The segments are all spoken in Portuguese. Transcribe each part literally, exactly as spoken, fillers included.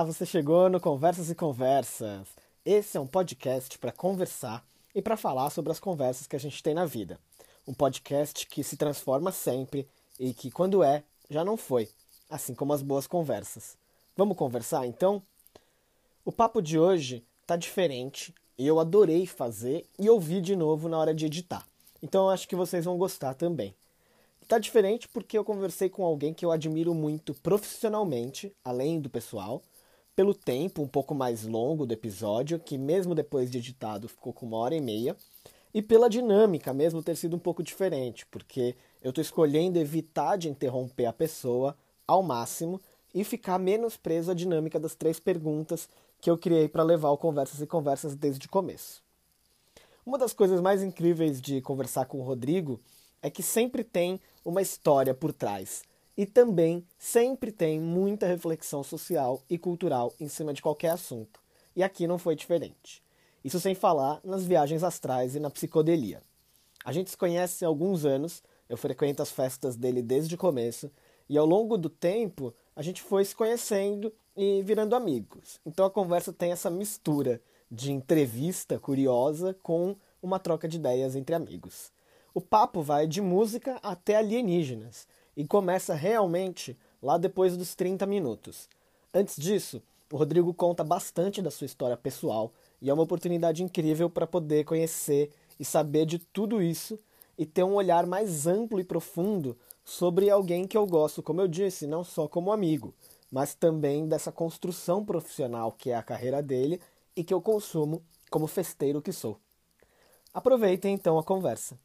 você chegou no Conversas e Conversas. Esse é um podcast para conversar e para falar sobre as conversas que a gente tem na vida. Um podcast que se transforma sempre e que, quando é, já não foi, assim como as boas conversas. Vamos conversar, então? O papo de hoje tá diferente e eu adorei fazer e ouvir de novo na hora de editar. Então eu acho que vocês vão gostar também. Tá diferente porque eu conversei com alguém que eu admiro muito profissionalmente, além do pessoal, pelo tempo um pouco mais longo do episódio, que mesmo depois de editado ficou com uma hora e meia, e pela dinâmica mesmo ter sido um pouco diferente, porque eu tô escolhendo evitar de interromper a pessoa ao máximo e ficar menos preso à dinâmica das três perguntas que eu criei para levar o Conversas e Conversas desde o começo. Uma das coisas mais incríveis de conversar com o Rodrigo é que sempre tem uma história por trás. E também sempre tem muita reflexão social e cultural em cima de qualquer assunto. E aqui não foi diferente. Isso sem falar nas viagens astrais e na psicodelia. A gente se conhece há alguns anos, eu frequento as festas dele desde o começo, e ao longo do tempo a gente foi se conhecendo e virando amigos. Então a conversa tem essa mistura de entrevista curiosa com uma troca de ideias entre amigos. O papo vai de música até alienígenas e começa realmente lá depois dos trinta minutos. Antes disso, o Rodrigo conta bastante da sua história pessoal e é uma oportunidade incrível para poder conhecer e saber de tudo isso e ter um olhar mais amplo e profundo sobre alguém que eu gosto, como eu disse, não só como amigo, mas também dessa construção profissional que é a carreira dele e que eu consumo como festeiro que sou. Aproveitem então a conversa.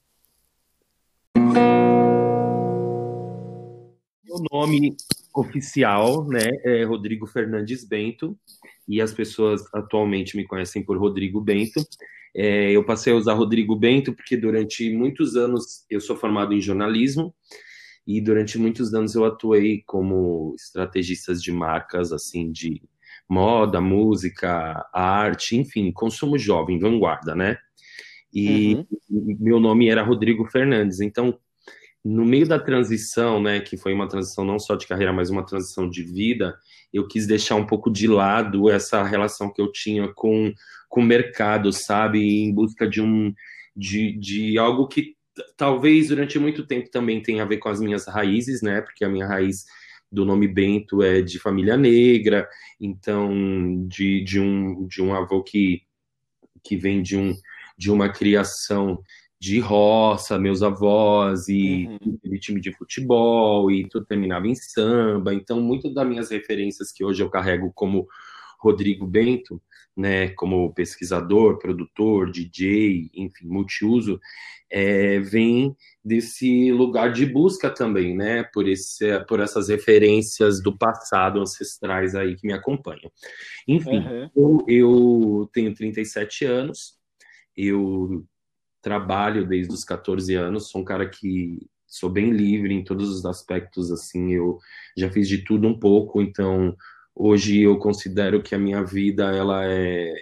Meu nome oficial, né, é Rodrigo Fernandes Bento, e as pessoas atualmente me conhecem por Rodrigo Bento. É, eu passei a usar Rodrigo Bento porque durante muitos anos eu sou formado em jornalismo e durante muitos anos eu atuei como estrategista de marcas, assim, de moda, música, arte, enfim, consumo jovem, vanguarda, né? E Uhum. meu nome era Rodrigo Fernandes, então no meio da transição, né, que foi uma transição não só de carreira, mas uma transição de vida, eu quis deixar um pouco de lado essa relação que eu tinha com, com o mercado, sabe, em busca de um de, de algo que talvez durante muito tempo também tenha a ver com as minhas raízes, né, porque a minha raiz do nome Bento é de família negra, então de, de um de um avô que que vem de um de uma criação de roça, meus avós, e Uhum. de time de futebol, e tudo terminava em samba. Então, muitas das minhas referências que hoje eu carrego como Rodrigo Bento, né, como pesquisador, produtor, D J, enfim, multiuso, é, vem desse lugar de busca também, né, por, esse, por essas referências do passado ancestrais aí que me acompanham. Enfim, Uhum. eu, eu tenho trinta e sete anos, eu trabalho desde os catorze anos, sou um cara que sou bem livre em todos os aspectos, assim, eu já fiz de tudo um pouco, então hoje eu considero que a minha vida, ela é,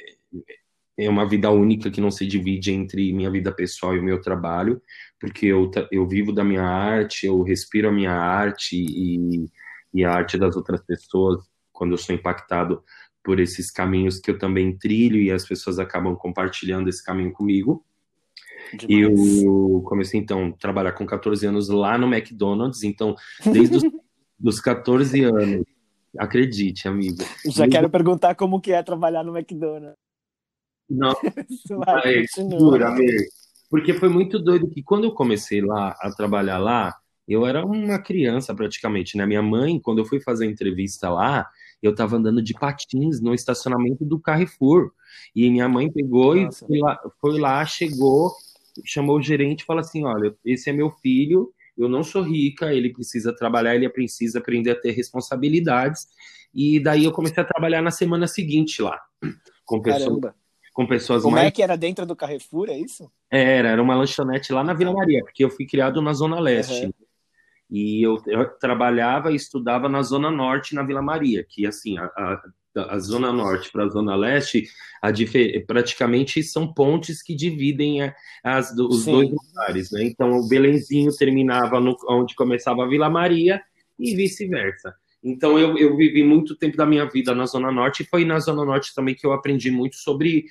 é uma vida única que não se divide entre minha vida pessoal e o meu trabalho, porque eu, eu vivo da minha arte, eu respiro a minha arte e, e a arte das outras pessoas, quando eu sou impactado por esses caminhos que eu também trilho e as pessoas acabam compartilhando esse caminho comigo. Demais. Eu comecei, então, a trabalhar com catorze anos lá no McDonald's. Então, desde os dos catorze anos, acredite, amigo. Já Desde... quero perguntar como que é trabalhar no McDonald's. Não, Vai, é, continua. jura, amigo. Porque foi muito doido que quando eu comecei lá a trabalhar lá, eu era uma criança praticamente, né? Minha mãe, quando eu fui fazer a entrevista lá, eu tava andando de patins no estacionamento do Carrefour. E minha mãe pegou e Nossa. foi lá, foi lá, chegou, chamou o gerente e falou assim: olha, esse é meu filho, eu não sou rica, ele precisa trabalhar, ele precisa aprender a ter responsabilidades. E daí eu comecei a trabalhar na semana seguinte lá, com pessoas, Caramba. com pessoas O mais. Mac era dentro do Carrefour, é isso? Era, era uma lanchonete lá na Vila Ah. Maria, porque eu fui criado na Zona Leste. Aham. E eu, eu trabalhava e estudava na Zona Norte, na Vila Maria, que assim, a, a, a Zona Norte para a Zona Leste, a difer- praticamente são pontes que dividem a- as, do- os dois Sim. lugares, né? Então o Belenzinho terminava no, onde começava a Vila Maria e vice-versa. Então eu, eu vivi muito tempo da minha vida na Zona Norte, e foi na Zona Norte também que eu aprendi muito sobre,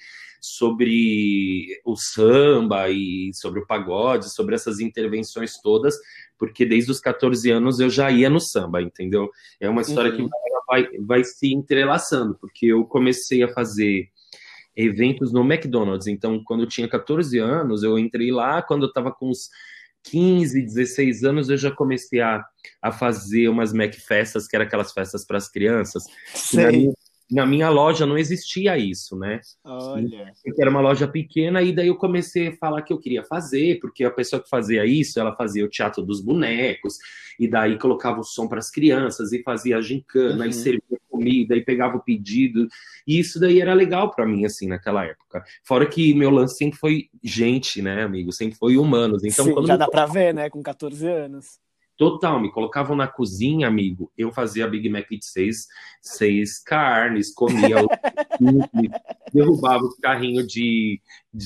sobre o samba e sobre o pagode, sobre essas intervenções todas, porque desde os catorze anos eu já ia no samba, entendeu? É uma história que Uhum. vai, vai se entrelaçando, porque eu comecei a fazer eventos no McDonald's. Então, quando eu tinha catorze anos, eu entrei lá. Quando eu estava com uns quinze, dezesseis anos, eu já comecei a, a fazer umas Mac festas, que eram aquelas festas para as crianças, que na minha, Sei. na minha loja não existia isso, né? E Olha. era uma loja pequena, e daí eu comecei a falar que eu queria fazer, porque a pessoa que fazia isso, ela fazia o teatro dos bonecos, e daí colocava o som para as crianças, e fazia a gincana, e Uhum. servia comida, e pegava o pedido, e isso daí era legal para mim, assim, naquela época. Fora que meu lance sempre foi gente, né, amigo? Sempre foi humanos. Então, Sim, quando já me dá pra ver, né? Com catorze anos. Total, me colocavam na cozinha, amigo. Eu fazia Big Mac de seis, seis carnes, comia o derrubava os carrinhos de,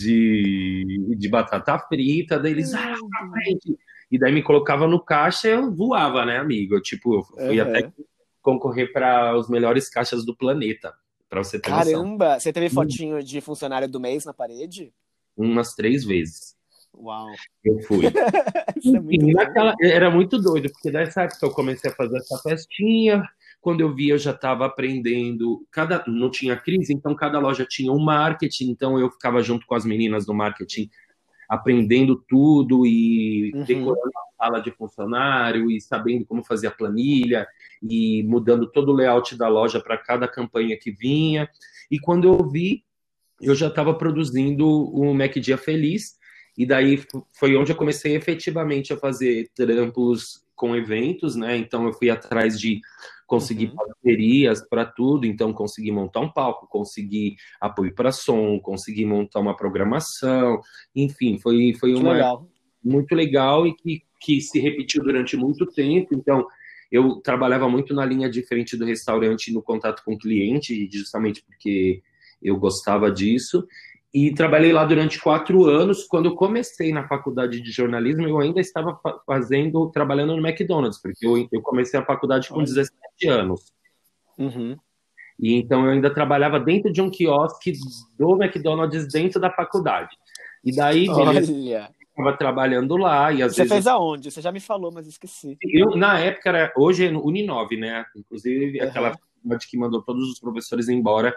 de, de batata frita, daí eles, ah, Meu pra Deus. frente. E daí me colocava no caixa e eu voava, né, amigo? Eu, tipo, eu fui até Uhum. concorrer para os melhores caixas do planeta, para você ter noção. Caramba! Você teve fotinho de funcionário do mês na parede? Umas três vezes Uau. eu fui. Isso é muito Enfim, bom. naquela, era muito doido, porque nessa época eu comecei a fazer essa festinha. Quando eu vi, eu já estava aprendendo. Cada, não tinha crise, então cada loja tinha um marketing. Então eu ficava junto com as meninas do marketing, aprendendo tudo e Uhum. decorando a sala de funcionário e sabendo como fazer a planilha e mudando todo o layout da loja para cada campanha que vinha. E quando eu vi, eu já estava produzindo o Mac Dia Feliz, e daí foi onde eu comecei efetivamente a fazer trampos com eventos, né? Então eu fui atrás de conseguir Uhum. parcerias para tudo, então consegui montar um palco, consegui apoio para som, consegui montar uma programação, enfim, foi, foi Que uma época legal. muito legal e que, que se repetiu durante muito tempo. Então eu trabalhava muito na linha de frente do restaurante, no contato com o cliente, justamente porque eu gostava disso. E trabalhei lá durante quatro anos. Quando eu comecei na faculdade de jornalismo, eu ainda estava fazendo, trabalhando no McDonald's, porque eu, eu comecei a faculdade com Olha. dezessete anos. Uhum. E então eu ainda trabalhava dentro de um quiosque do McDonald's dentro da faculdade. E daí, beleza, Olha. eu estava trabalhando lá, e às Você vezes fez aonde? Você já me falou, mas esqueci. eu, na época, era, hoje é no Uninove, né? Inclusive, aquela Aham. faculdade que mandou todos os professores embora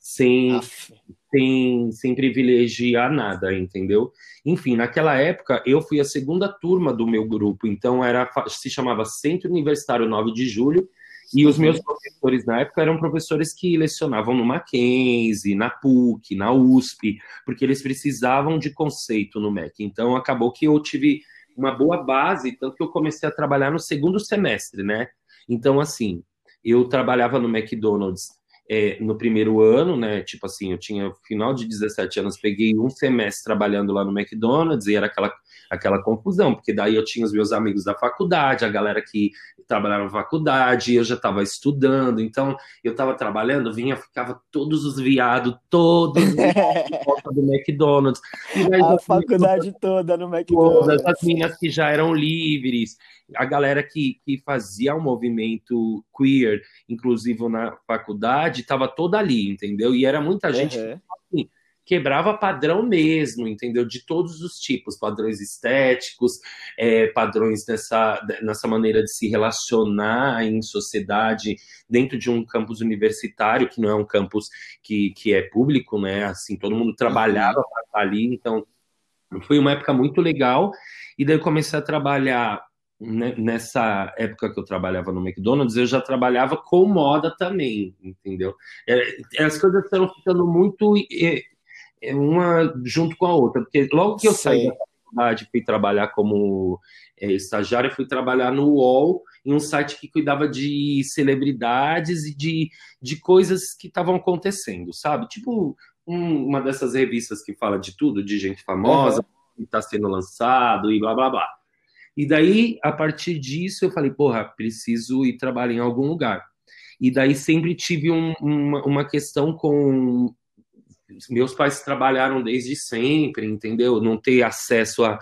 sem Aff. sem, sem privilegiar nada, entendeu? Enfim, naquela época eu fui a segunda turma do meu grupo, então era se chamava Centro Universitário nove de Julho, e os meus Uhum. professores na época eram professores que lecionavam no Mackenzie, na PUC, na U S P, porque eles precisavam de conceito no Mac. Então acabou que eu tive uma boa base, tanto que eu comecei a trabalhar no segundo semestre, né? Então, assim, eu trabalhava no McDonald's é, no primeiro ano, né? Tipo assim, eu tinha final de dezessete anos, peguei um semestre trabalhando lá no McDonald's, e era aquela, aquela confusão, porque daí eu tinha os meus amigos da faculdade, a galera que trabalhava na faculdade, eu já estava estudando, então eu estava trabalhando, vinha, ficava todos os viados, todos os viados em volta do McDonald's, e daí A já faculdade toda no todas as McDonald's. meninas que já eram livres, a galera que, que fazia o um movimento queer, inclusive na faculdade, estava toda ali, entendeu? E era muita gente que Uhum. assim, quebrava padrão mesmo, entendeu? De todos os tipos, padrões estéticos, é, padrões nessa, nessa maneira de se relacionar em sociedade dentro de um campus universitário, que não é um campus que, que é público, né? Assim, todo mundo trabalhava Uhum. para estar ali, então foi uma época muito legal. E daí eu comecei a trabalhar, né, nessa época que eu trabalhava no McDonald's, eu já trabalhava com moda também, entendeu? É, as coisas estão ficando muito é, é, uma junto com a outra, porque logo que eu saí da Sei. faculdade, fui trabalhar como é, estagiário, fui trabalhar no U O L, em um site que cuidava de celebridades e de, de coisas que estavam acontecendo, sabe? Tipo um- uma dessas revistas que fala de tudo, de gente famosa, Aham. que está sendo lançado e blá blá blá. E daí, a partir disso, eu falei, porra, preciso ir trabalhar em algum lugar. E daí sempre tive um- uma, uma questão com meus pais trabalharam desde sempre, entendeu? Não ter acesso a,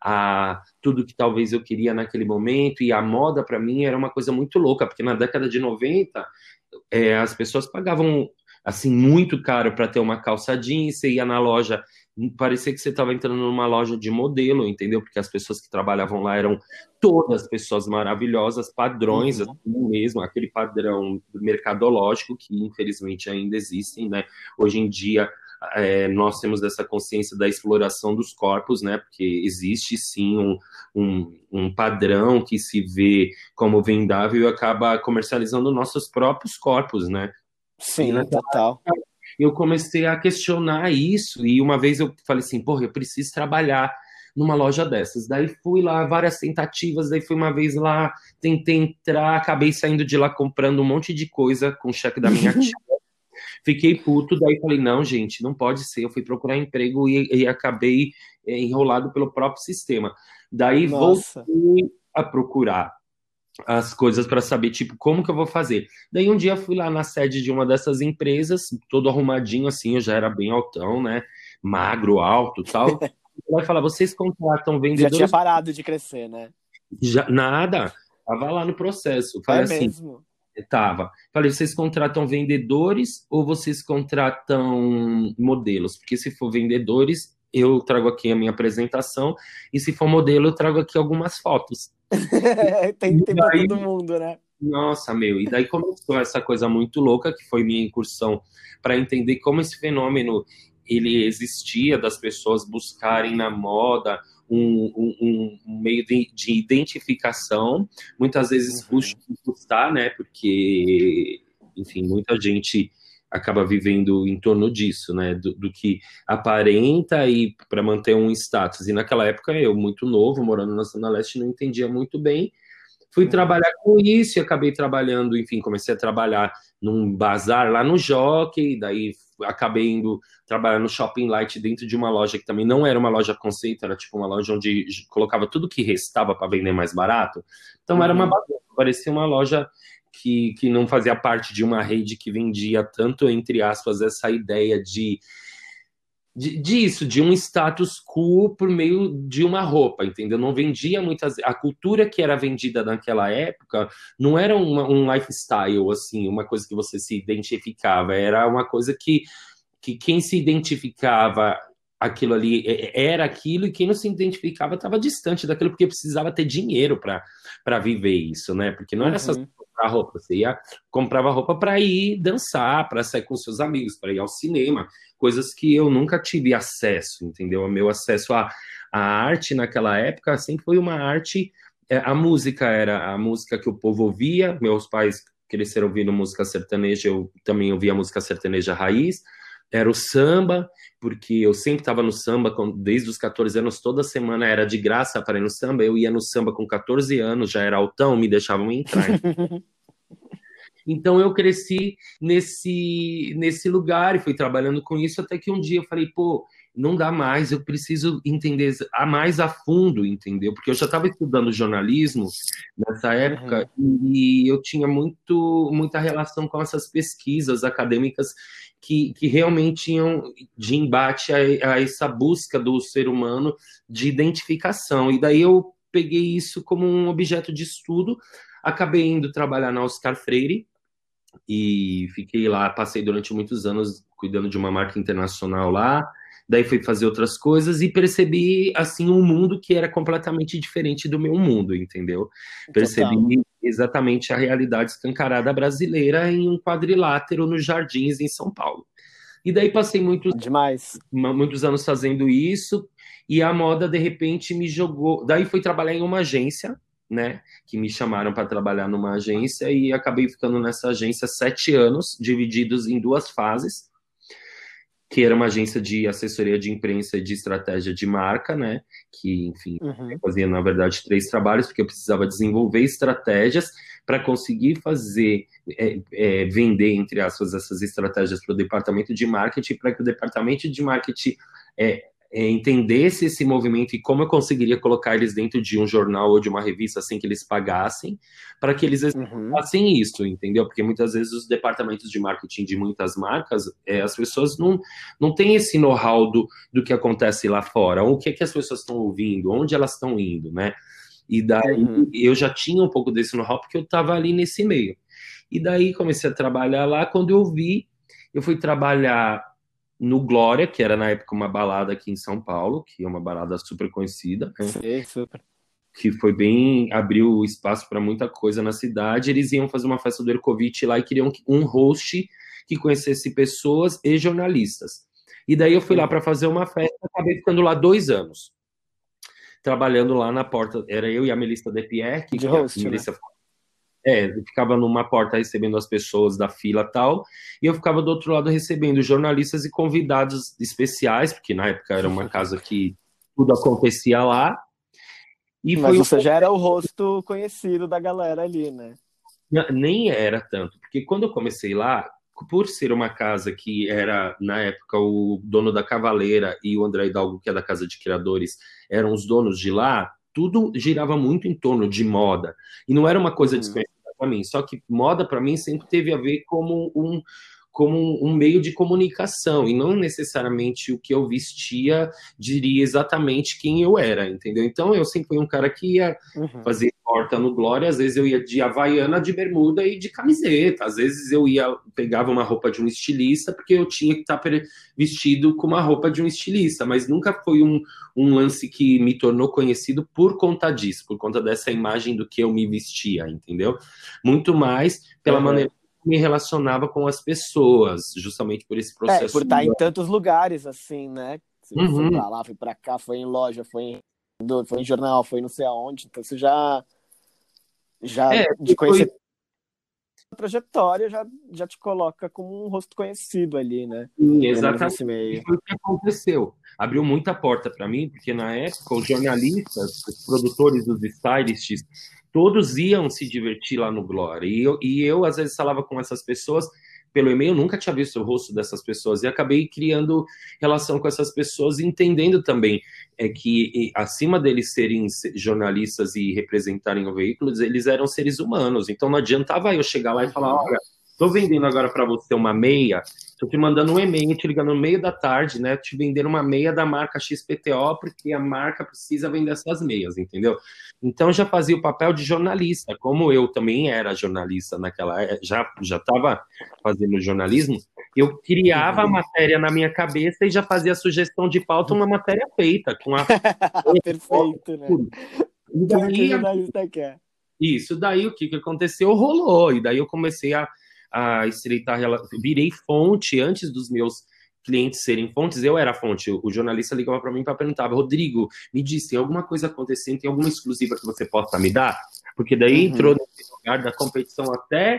a tudo que talvez eu queria naquele momento, e a moda para mim era uma coisa muito louca, porque na década de noventa é, as pessoas pagavam assim muito caro para ter uma calça jeans, você ia na loja, parecia que você estava entrando numa loja de modelo, entendeu? Porque as pessoas que trabalhavam lá eram todas pessoas maravilhosas, padrões, Uhum. assim mesmo, aquele padrão mercadológico que infelizmente ainda existem, né? Hoje em dia é, nós temos essa consciência da exploração dos corpos, né? Porque existe sim um, um, um padrão que se vê como vendável e acaba comercializando nossos próprios corpos, né? E Sim, naquela total. época eu comecei a questionar isso, e uma vez eu falei assim, porra, eu preciso trabalhar numa loja dessas. Daí fui lá, várias tentativas, daí fui uma vez lá, tentei entrar, acabei saindo de lá comprando um monte de coisa com o cheque da minha tia. Fiquei puto, daí falei, não, gente, não pode ser. Eu fui procurar emprego e, e acabei é, enrolado pelo próprio sistema. Daí Nossa. voltei a procurar as coisas para saber, tipo, como que eu vou fazer. Daí um dia fui lá na sede de uma dessas empresas, todo arrumadinho assim, eu já era bem altão, né? Magro, alto, tal. Vai falar, vocês contratam Já tinha vendedores? parado de crescer, né? Já, nada. Tava lá no processo. É Falei assim, mesmo. tava. Falei, vocês contratam vendedores ou vocês contratam modelos? Porque se for vendedores, eu trago aqui a minha apresentação, e se for modelo, eu trago aqui algumas fotos. Tem, E tem para daí todo mundo, né? nossa, meu, e daí começou essa coisa muito louca, que foi minha incursão para entender como esse fenômeno ele existia, das pessoas buscarem na moda um, um- um- um meio de, de identificação, muitas vezes Uhum. custar, né? Porque, enfim, muita gente acaba vivendo em torno disso, né? Do, do que aparenta e para manter um status. E naquela época eu, muito novo, morando na Zona Leste, não entendia muito bem. Fui Uhum. trabalhar com isso e acabei trabalhando, enfim, comecei a trabalhar num bazar lá no Jockey, daí acabei indo trabalhar no Shopping Light dentro de uma loja que também não era uma loja conceito, era tipo uma loja onde colocava tudo que restava para vender mais barato. Então era uma Uhum. bagunça, parecia uma loja que, que não fazia parte de uma rede que vendia tanto, entre aspas, essa ideia de de- disso, de um status quo por meio de uma roupa, entendeu? Não vendia muitas. A cultura que era vendida naquela época não era uma- um lifestyle, assim, uma coisa que você se identificava, era uma coisa que, que quem se identificava aquilo ali é- é, era aquilo, e quem não se identificava estava distante daquilo, porque precisava ter dinheiro para para viver isso, né? Porque não era só Uhum. comprar roupa, você ia comprava roupa para ir dançar, para sair com seus amigos, para ir ao cinema, coisas que eu nunca tive acesso, entendeu? O meu acesso à, à arte naquela época sempre foi uma arte, é, a música era a música que o povo ouvia, meus pais cresceram ouvindo música sertaneja, eu também ouvia música sertaneja raiz, era o samba, porque eu sempre estava no samba, desde os catorze anos, toda semana era de graça para ir no samba, eu ia no samba com catorze anos, já era altão, me deixavam entrar. Então eu cresci nesse, nesse lugar e fui trabalhando com isso até que um dia eu falei, pô, não dá mais, eu preciso entender a mais a fundo, entendeu? Porque eu já estava estudando jornalismo nessa época Uhum. e eu tinha muito, muita relação com essas pesquisas acadêmicas que, que realmente iam de embate a, a essa busca do ser humano de identificação. E daí eu peguei isso como um objeto de estudo, acabei indo trabalhar na Oscar Freire, e fiquei lá, passei durante muitos anos cuidando de uma marca internacional lá, daí fui fazer outras coisas e percebi, assim, um mundo que era completamente diferente do meu mundo, entendeu? Total. Percebi exatamente a realidade escancarada brasileira em um quadrilátero nos Jardins, em São Paulo. E daí passei muitos, Demais. muitos anos fazendo isso, e a moda, de repente, me jogou. Daí fui trabalhar em uma agência, né? Que me chamaram para trabalhar numa agência, e acabei ficando nessa agência sete anos, divididos em duas fases, que era uma agência de assessoria de imprensa e de estratégia de marca, né? Que, enfim, eu Uhum. fazia, na verdade, três trabalhos, porque eu precisava desenvolver estratégias para conseguir fazer, é, é, vender, entre aspas, essas estratégias para o departamento de marketing, para que o departamento de marketing é, é, entendesse esse movimento e como eu conseguiria colocar eles dentro de um jornal ou de uma revista sem que eles pagassem, para que eles Uhum. executassem isso, entendeu? Porque muitas vezes os departamentos de marketing de muitas marcas, é, as pessoas não, não têm esse know-how do, do que acontece lá fora, ou o que, é que as pessoas estão ouvindo, onde elas estão indo, né? E daí Uhum. eu já tinha um pouco desse know-how porque eu estava ali nesse meio. E daí comecei a trabalhar lá. Quando eu vi, eu fui trabalhar no Glória, que era na época uma balada aqui em São Paulo, que é uma balada super conhecida, né? Sei, super. Que foi bem, abriu espaço para muita coisa na cidade. Eles iam fazer uma festa do Ercovitch lá e queriam um host que conhecesse pessoas e jornalistas. E daí eu fui lá para fazer uma festa, acabei ficando lá dois anos, trabalhando lá na porta. Era eu e a Melissa Depierre, que De a host, né? Melissa É, eu ficava numa porta recebendo as pessoas da fila e tal, e eu ficava do outro lado recebendo jornalistas e convidados especiais, porque na época era uma casa que tudo acontecia lá. E Mas foi um você pouco, já era o rosto conhecido da galera ali, né? nem era tanto, porque quando eu comecei lá, por ser uma casa que era, na época, o dono da Cavaleira e o André Hidalgo, que é da Casa de Criadores, eram os donos de lá, tudo girava muito em torno de moda. E não era uma coisa Uhum. desconhecida para mim, só que moda para mim sempre teve a ver como um, como um meio de comunicação, e não necessariamente o que eu vestia diria exatamente quem eu era, entendeu? Então eu sempre fui um cara que ia Uhum. fazer porta no Glória, às vezes eu ia de havaiana, de bermuda e de camiseta, às vezes eu ia, pegava uma roupa de um estilista, porque eu tinha que estar vestido com uma roupa de um estilista, mas nunca foi um, um lance que me tornou conhecido por conta disso, por conta dessa imagem do que eu me vestia, entendeu? Muito mais pela Uhum. maneira que eu me relacionava com as pessoas, justamente por esse É, processo. por estar em tantos lugares, assim, né? Você foi Uhum. pra lá, foi pra cá, foi em loja, foi em, foi em jornal, foi não sei aonde. Então você já, já É, de foi conhecer a trajetória, já, já te coloca como um rosto conhecido ali, né? Sim, Pelo menos exatamente. nesse meio. Foi o que aconteceu. Abriu muita porta para mim, porque na época os jornalistas, os produtores, os stylists, todos iam se divertir lá no Glória. E eu, e eu às vezes, falava com essas pessoas pelo e-mail, eu nunca tinha visto o rosto dessas pessoas. E acabei criando relação com essas pessoas, entendendo também é que, e, acima deles serem jornalistas e representarem o veículo, eles eram seres humanos. Então não adiantava eu chegar lá e falar: olha, tô vendendo agora para você uma meia, tô te mandando um e-mail, te ligando no meio da tarde, né, te vendendo uma meia da marca X P T O, porque a marca precisa vender essas meias, entendeu? Então já fazia o papel de jornalista, como eu também era jornalista naquela época, já já estava fazendo jornalismo, eu criava a matéria na minha cabeça e já fazia a sugestão de pauta, uma matéria feita, com a Perfeito, né? tudo. E Tudo que o daí, jornalista quer. isso, daí o que, que aconteceu? Rolou, e daí eu comecei a, a estreitar, virei fonte antes dos meus clientes serem fontes, eu era a fonte. O jornalista ligava para mim para perguntar: Rodrigo, me diz, tem alguma coisa acontecendo, tem alguma exclusiva que você possa me dar? Porque daí Uhum. entrou nesse lugar da competição até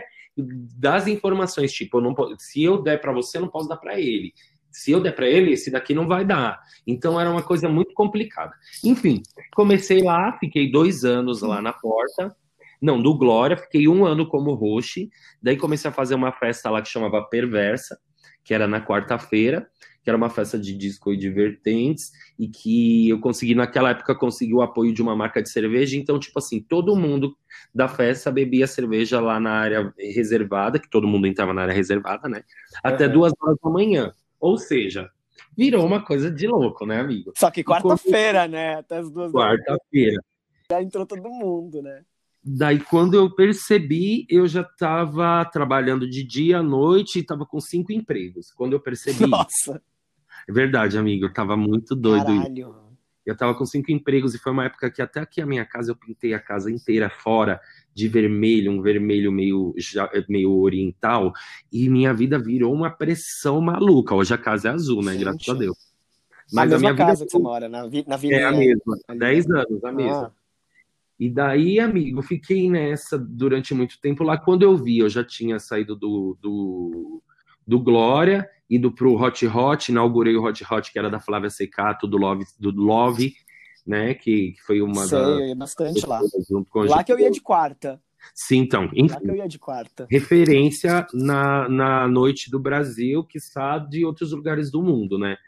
das informações, tipo, eu não, se eu der para você, eu não posso dar para ele. Se eu der para ele, esse daqui não vai dar. Então era uma coisa muito complicada. Enfim, comecei lá, fiquei dois anos lá na porta. Não, do Glória, fiquei um ano como host. Daí comecei a fazer uma festa lá que chamava Perversa, que era na quarta-feira, que era uma festa de disco e de vertentes, e que eu consegui, naquela época, consegui o apoio de uma marca de cerveja. Então, tipo assim, todo mundo da festa bebia cerveja lá na área reservada, que todo mundo entrava na área reservada, né? Até Uhum. duas horas da manhã. Ou seja, virou uma coisa de louco, né, amigo? Só que E quando- quarta-feira, né? Até as duas da manhã Quarta-feira. já entrou todo mundo, né? Daí, quando eu percebi, eu já estava trabalhando de dia à noite e estava com cinco empregos. Quando eu percebi, Nossa, é verdade, amigo, eu estava muito doido. caralho. Eu estava com cinco empregos e foi uma época que até aqui a minha casa eu pintei a casa inteira fora de vermelho, um vermelho meio, já- meio oriental, e minha vida virou uma pressão maluca. Hoje a casa é azul, né? Graças a Gente. Deus. A Mas a mesma minha vida casa que você mora, na, vi, na é a vilinha mesma, há ali. dez anos, a mesma. Ah, E daí, amigo, fiquei nessa durante muito tempo lá. Quando eu vi, eu já tinha saído do, do, do Glória, ido pro Hot Hot, inaugurei o Hot Hot, que era da Flávia Secato, do Love, do Love, né, que, que foi uma sei, das eu ia bastante lá. junto com a Lá que eu ia Gil. de quarta. Sim, então, Lá que enfim, eu ia de quarta. referência na, na noite do Brasil, quiçá de outros lugares do mundo, né?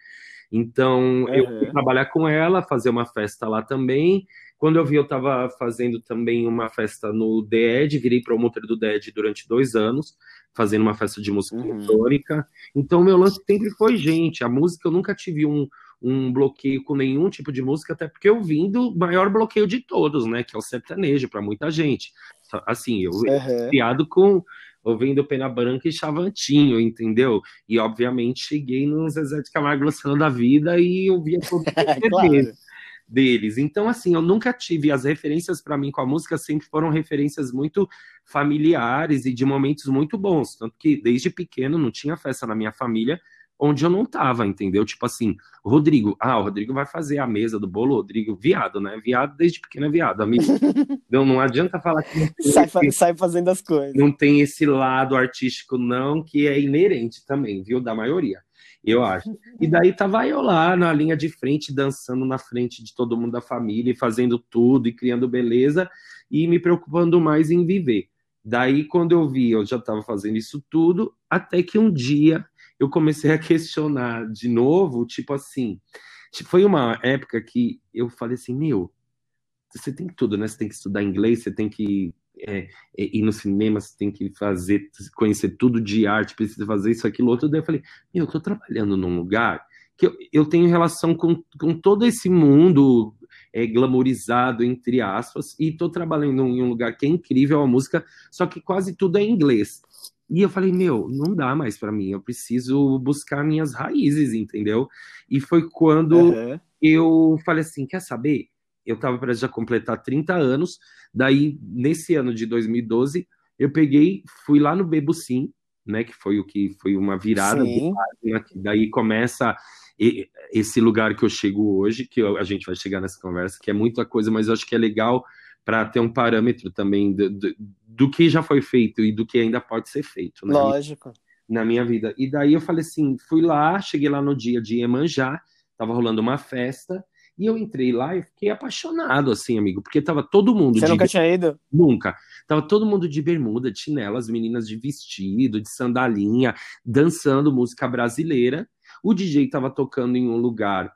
Então, eu fui Aham. trabalhar com ela, fazer uma festa lá também. Quando eu vi, eu estava fazendo também uma festa no The Edge, virei promotor do The Edge durante dois anos, fazendo uma festa de música Uhum. eletrônica. Então, meu lance sempre foi gente. A música, eu nunca tive um, um bloqueio com nenhum tipo de música, até porque eu vim do maior bloqueio de todos, né? Que é o sertanejo, para muita gente. Assim, eu Aham. criado com ouvindo Pena Branca e Chavantinho, entendeu? E, obviamente, cheguei no Zezé de Camargo e Luciano da vida e ouvia todos os C Ds Claro. deles. Então, assim, eu nunca tive, as referências para mim com a música sempre foram referências muito familiares e de momentos muito bons. Tanto que, desde pequeno, não tinha festa na minha família onde eu não tava, entendeu? Tipo assim, o Rodrigo, ah, o Rodrigo vai fazer a mesa do bolo, Rodrigo, viado, né? Viado desde pequeno é viado, amigo. Não, não adianta falar que não tem Sai, fa- esse, sai fazendo as coisas. não tem esse lado artístico, não, que é inerente também, viu? Da maioria, eu acho. E daí tava eu lá na linha de frente, dançando na frente de todo mundo da família, e fazendo tudo, e criando beleza, e me preocupando mais em viver. Daí, quando eu vi, eu já estava fazendo isso tudo, até que um dia eu comecei a questionar de novo, tipo assim, foi uma época que eu falei assim, meu, você tem tudo, né? Você tem que estudar inglês, você tem que é, é, ir no cinema, você tem que fazer, conhecer tudo de arte, precisa fazer isso, aquilo, outro. Daí eu falei, meu, eu tô trabalhando num lugar que eu, eu tenho relação com, com todo esse mundo é, glamourizado, entre aspas, e tô trabalhando em um lugar que é incrível a música, só que quase tudo é em inglês. E eu falei, meu, não dá mais para mim, eu preciso buscar minhas raízes, entendeu? E foi quando Aham. eu falei assim, quer saber? Eu estava para já completar trinta anos, daí nesse ano de dois mil e doze, eu peguei, fui lá no Bebo Sim, né, que foi o que foi uma virada de Sim. página, que daí começa e- esse lugar que eu chego hoje, que eu- a gente vai chegar nessa conversa, que é muita coisa, mas eu acho que é legal para ter um parâmetro também do, do, do que já foi feito e do que ainda pode ser feito, né, Lógico. na minha vida. E daí eu falei assim, fui lá, cheguei lá no dia de Iemanjá, tava rolando uma festa, e eu entrei lá e fiquei apaixonado, assim, amigo, porque tava todo mundo Você de... nunca tinha ido? Nunca. Tava todo mundo de bermuda, de chinelo, as meninas de vestido, de sandalinha, dançando música brasileira. O D J tava tocando em um lugar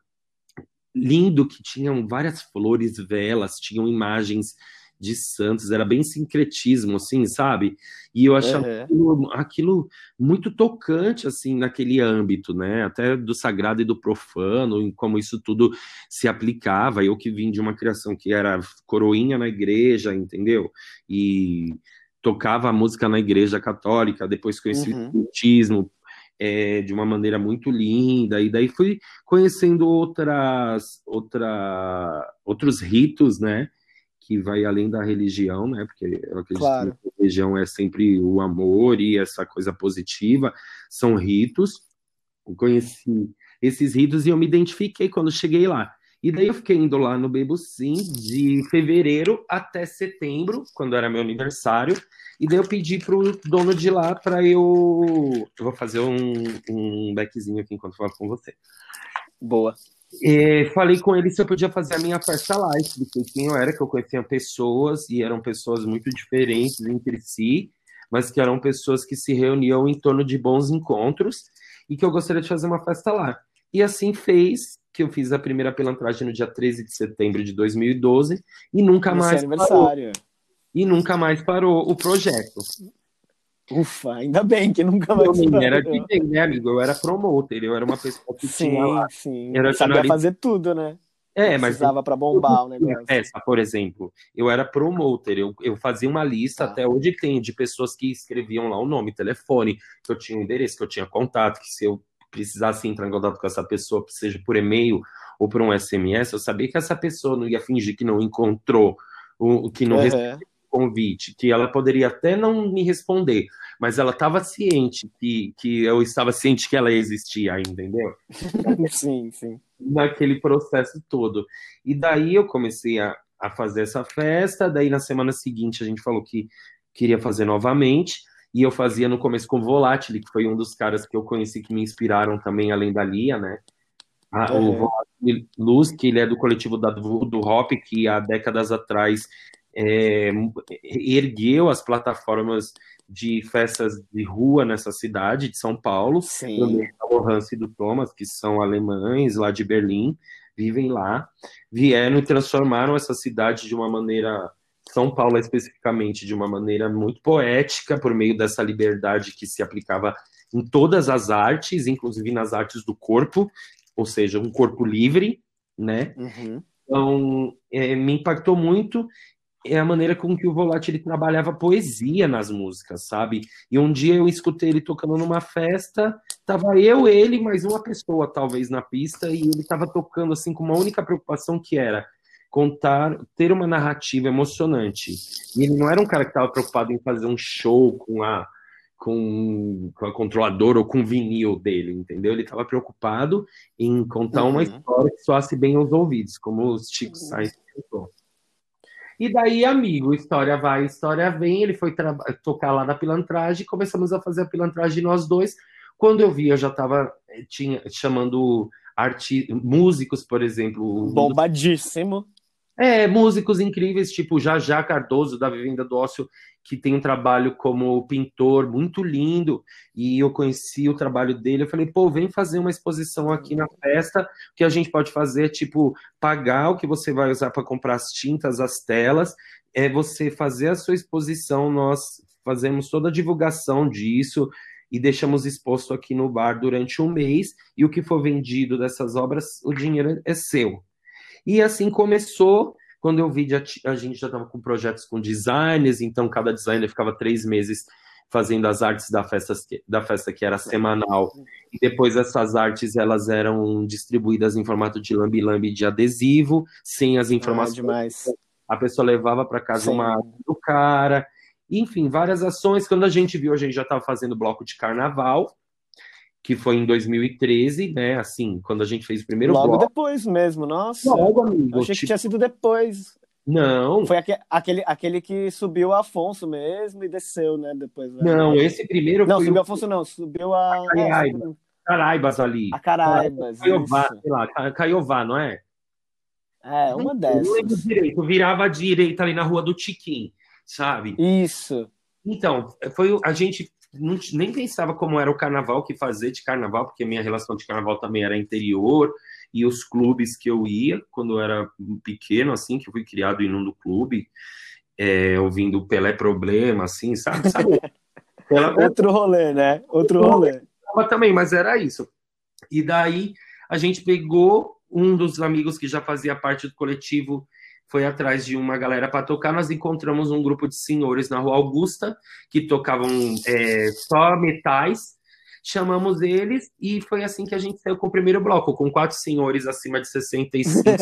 lindo, que tinham várias flores, velas, tinham imagens de santos, era bem sincretismo, assim, sabe? E eu achava Aham. aquilo, aquilo muito tocante, assim, naquele âmbito, né? Até do sagrado e do profano, em como isso tudo se aplicava. Eu que vim de uma criação que era coroinha na igreja, entendeu? E tocava a música na igreja católica, depois conheci o Uhum. espiritismo, é, de uma maneira muito linda, e daí fui conhecendo outras, outra, outros ritos, né? Que vai além da religião, né? Porque eu acredito que Claro. a religião é sempre o amor e essa coisa positiva, são ritos. Eu conheci esses ritos e eu me identifiquei quando cheguei lá. E daí eu fiquei indo lá no Bebo Sim de fevereiro até setembro, quando era meu aniversário. E daí eu pedi pro dono de lá para eu. Eu vou fazer um, um backzinho aqui enquanto eu falo com você. Boa. É, falei com ele se eu podia fazer a minha festa lá, expliquei quem eu era, que eu conhecia pessoas, e eram pessoas muito diferentes entre si, mas que eram pessoas que se reuniam em torno de bons encontros, e que eu gostaria de fazer uma festa lá. E assim fez, que eu fiz a primeira pilantragem no dia treze de setembro de dois mil e doze, e nunca No seu mais parou. aniversário. E nunca mais parou o projeto. Ufa, ainda bem que nunca Eu mais nem era parou. D J, né, amigo? Eu era promoter, eu era uma pessoa que tinha lá, Sim, sim. era Sabia jornalista. fazer tudo, né? Que É, mas precisava pra eu não bombar o tinha negócio. peça, por exemplo. Eu era promoter, eu, eu fazia uma lista, Tá. até hoje tem, de pessoas que escreviam lá o nome, telefone, que eu tinha o endereço, que eu tinha contato, que se eu precisasse entrar em contato com essa pessoa, seja por e-mail ou por um S M S, eu sabia que essa pessoa não ia fingir que não encontrou, o, que não recebeu Aham. o convite, que ela poderia até não me responder, mas ela estava ciente que, que eu estava ciente que ela existia, entendeu? Sim, sim. Naquele processo todo. E daí eu comecei a, a fazer essa festa, daí na semana seguinte a gente falou que queria fazer novamente, e eu fazia no começo com o Volatile, que foi um dos caras que eu conheci que me inspiraram também, além da Lia, né? Ah, o Aham. Volatile Luz, que ele é do coletivo da, do Hop, que há décadas atrás é, ergueu as plataformas de festas de rua nessa cidade de São Paulo. Sim. O Hans e do Thomas, que são alemães lá de Berlim, vivem lá, vieram e transformaram essa cidade de uma maneira, São Paulo especificamente, de uma maneira muito poética, por meio dessa liberdade que se aplicava em todas as artes, inclusive nas artes do corpo, ou seja, um corpo livre, né? Uhum. Então, é, me impactou muito é a maneira com que o Volatti ele trabalhava poesia nas músicas, sabe? E um dia eu escutei ele tocando numa festa, tava eu, ele, mais uma pessoa talvez na pista, e ele tava tocando assim com uma única preocupação que era contar, ter uma narrativa emocionante. E ele não era um cara que estava preocupado em fazer um show com a com, com a controladora ou com o vinil dele, entendeu? Ele estava preocupado em contar uma Uhum. história que soasse bem aos ouvidos, como o Chico Sainz tentou. E daí, amigo, história vai, história vem. Ele foi tocar lá na pilantragem, começamos a fazer a pilantragem nós dois. Quando eu vi, eu já estava chamando arti músicos, por exemplo. Bombadíssimo. É, músicos incríveis, tipo Jajá Cardoso, da Vivenda do Ócio, que tem um trabalho como pintor muito lindo, e eu conheci o trabalho dele, eu falei, pô, vem fazer uma exposição aqui na festa, o que a gente pode fazer é, tipo, pagar o que você vai usar para comprar as tintas, as telas, é você fazer a sua exposição, nós fazemos toda a divulgação disso, e deixamos exposto aqui no bar durante um mês, e o que for vendido dessas obras, o dinheiro é seu. E assim começou, quando eu vi, a gente já estava com projetos com designers, então cada designer ficava três meses fazendo as artes da festa, da festa que era semanal, e depois essas artes elas eram distribuídas em formato de lambi-lambi de adesivo, sem as informações. Ah, demais. A pessoa levava para casa Sim. uma arte do cara, enfim, várias ações. Quando a gente viu, a gente já estava fazendo bloco de carnaval, que foi em dois mil e treze, né? Assim, quando a gente fez o primeiro Logo bloco. depois mesmo, nossa. Logo, amigo. Eu achei tipo... que tinha sido depois. Não. Foi aquele, aquele, aquele que subiu o Afonso mesmo e desceu, né? Depois. Né? Não, esse primeiro não, foi. Não, subiu o o Afonso, não. Subiu a. a Caraibas, é, Caraibas ali. A Caraibas. Caiová, sei lá, Caiová, não é? É, uma dessas. Eu lembro direito, virava à direita ali na rua do Tiquim, sabe? Isso. Então, foi a gente. Não, nem pensava como era o carnaval, que fazer de carnaval, porque a minha relação de carnaval também era interior, e os clubes que eu ia, quando eu era pequeno, assim, que eu fui criado indo no clube, é, ouvindo Pelé Problema, assim, sabe? sabe? Outro rolê, né? Outro rolê. Também, mas era isso. E daí, a gente pegou um dos amigos que já fazia parte do coletivo, foi atrás de uma galera para tocar, nós encontramos um grupo de senhores na Rua Augusta, que tocavam é, só metais, chamamos eles, e foi assim que a gente saiu com o primeiro bloco, com quatro senhores acima de sessenta e cinco,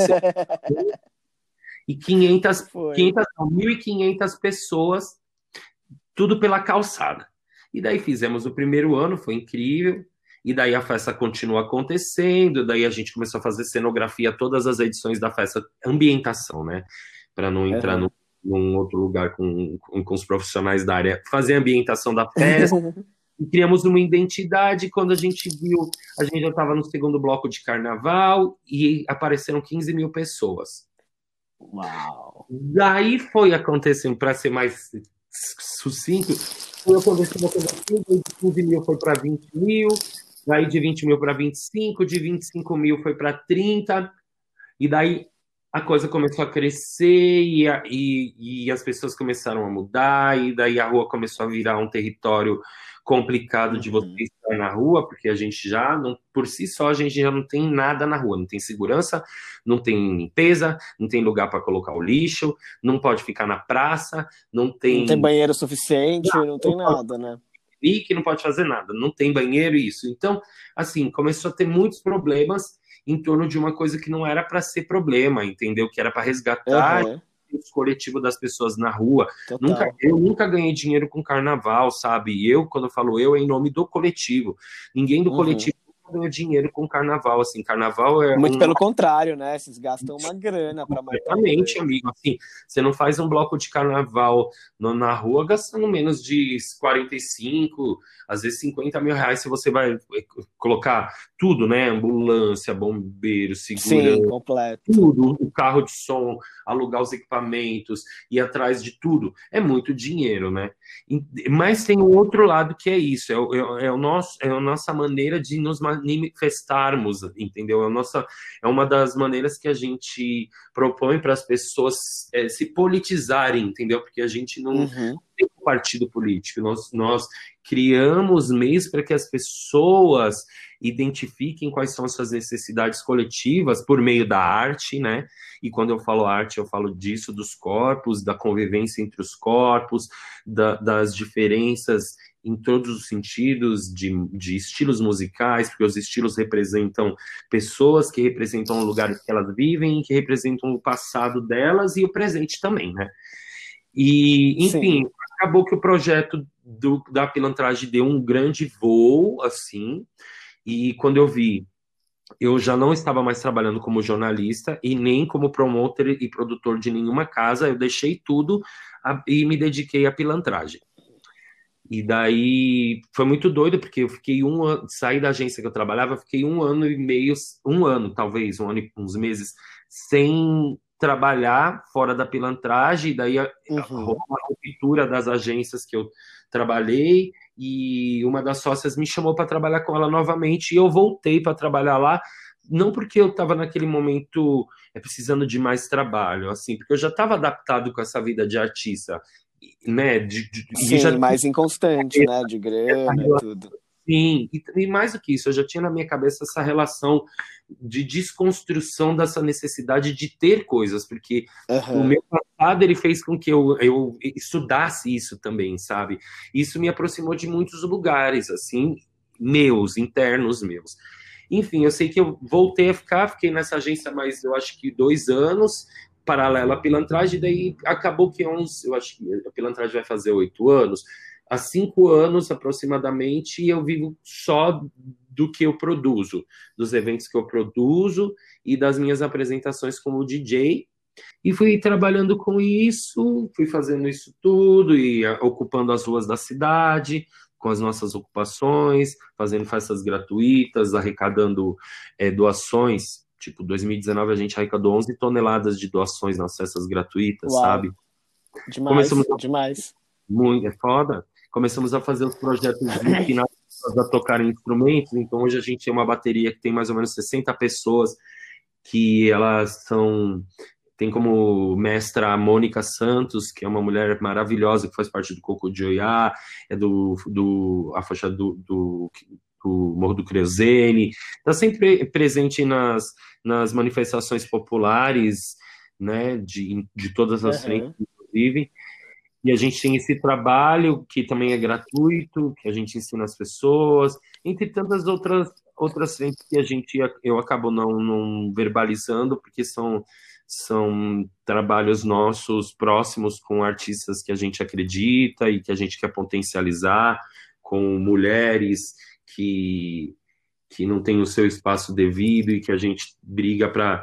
e quinhentas, quinhentas, mil e quinhentas pessoas, tudo pela calçada. E daí fizemos o primeiro ano, foi incrível, e daí a festa continua acontecendo, daí a gente começou a fazer cenografia, todas as edições da festa, ambientação, né? Para não entrar uhum. num, num outro lugar com, com, com os profissionais da área, fazer a ambientação da festa, e criamos uma identidade. Quando a gente viu, a gente já estava no segundo bloco de carnaval, e apareceram quinze mil pessoas. Uau! Daí foi acontecendo, para ser mais sucinto, foi acontecendo uma coisa assim, de quinze mil foi para vinte mil, daí de vinte mil para vinte e cinco, de vinte e cinco mil foi para trinta, e daí a coisa começou a crescer e, a, e, e as pessoas começaram a mudar, e daí a rua começou a virar um território complicado de você estar na rua, porque a gente já, não, por si só, a gente já não tem nada na rua, não tem segurança, não tem limpeza, não tem lugar para colocar o lixo, não pode ficar na praça, não tem... Não tem banheiro suficiente, não, não tem não nada, né? E que não pode fazer nada, não tem banheiro e isso. Então, assim, começou a ter muitos problemas em torno de uma coisa que não era para ser problema, entendeu? Que era para resgatar uhum. o coletivo das pessoas na rua. Nunca, eu nunca ganhei dinheiro com carnaval, sabe? Eu, quando eu falo eu, é em nome do coletivo. Ninguém do uhum. coletivo ganha dinheiro com carnaval, assim, carnaval é Muito um... pelo contrário, né? Vocês gastam uma grana para marcar o Completamente, rolê. amigo, assim, você não faz um bloco de carnaval no- na rua gastando menos de quarenta e cinco, às vezes cinquenta mil reais se você vai eh, colocar tudo, né? Ambulância, bombeiro, Sim, segurança, completo. tudo, o carro de som, alugar os equipamentos, ir atrás de tudo, é muito dinheiro, né? E- Mas tem um outro lado que é isso, é, o- é, o- é o nosso, é a nossa maneira de nos manifestarmos, entendeu? É, a nossa, é uma das maneiras que a gente propõe para as pessoas é, se politizarem, entendeu? Porque a gente não Uhum. tem um partido político, nós, nós criamos meios para que as pessoas identifiquem quais são as suas necessidades coletivas por meio da arte, né? E quando eu falo arte, eu falo disso, dos corpos, da convivência entre os corpos, da, das diferenças em todos os sentidos de, de estilos musicais, porque os estilos representam pessoas que representam o lugar que elas vivem, que representam o passado delas e o presente também, né? E, enfim, Sim. acabou que o projeto do, da pilantragem deu um grande voo, assim, e quando eu vi, eu já não estava mais trabalhando como jornalista e nem como promotor e produtor de nenhuma casa, eu deixei tudo a, e me dediquei à pilantragem. E daí foi muito doido, porque eu fiquei um ano, saí da agência que eu trabalhava, fiquei um ano e meio, um ano talvez, um ano e uns meses, sem trabalhar fora da pilantragem, e daí a- rolou Uhum. uma ruptura das agências que eu trabalhei, e uma das sócias me chamou para trabalhar com ela novamente, e eu voltei para trabalhar lá, não porque eu estava naquele momento é, precisando de mais trabalho, assim, porque eu já estava adaptado com essa vida de artista, né, de, de, e já Sim, mais inconstante, né? De grana e tudo. sim, e, e mais do que isso, eu já tinha na minha cabeça essa relação de desconstrução dessa necessidade de ter coisas, porque o Aham. meu passado ele fez com que eu, eu estudasse isso também, sabe? Isso me aproximou de muitos lugares, assim, meus, internos meus. Enfim, eu sei que eu voltei a ficar, fiquei nessa agência mais, eu acho que dois anos, paralela à pilantragem, daí acabou que uns, eu acho que a pilantragem vai fazer oito anos, há cinco anos aproximadamente, eu vivo só do que eu produzo, dos eventos que eu produzo e das minhas apresentações como D J. E fui trabalhando com isso, fui fazendo isso tudo e ah, ocupando as ruas da cidade com as nossas ocupações, fazendo festas gratuitas, arrecadando é, doações. Tipo, dois mil e dezenove a gente arrecadou onze toneladas de doações nas festas gratuitas, Uau. sabe? Começamos Demais, demais. muito, é foda. Começamos a fazer os projetos de ensinar pessoas a tocarem instrumentos. Então, hoje a gente tem uma bateria que tem mais ou menos sessenta pessoas que elas são. Tem como mestra a Mônica Santos, que é uma mulher maravilhosa que faz parte do Coco de Oiá, é do, do a faixa do, do, do Morro do Creusene. Está sempre presente nas, nas manifestações populares, né, de, de todas as frentes, Aham. inclusive. E a gente tem esse trabalho que também é gratuito, que a gente ensina as pessoas, entre tantas outras outras frentes que a gente eu acabo não, não verbalizando, porque são são trabalhos nossos próximos com artistas que a gente acredita e que a gente quer potencializar, com mulheres que que não têm o seu espaço devido e que a gente briga para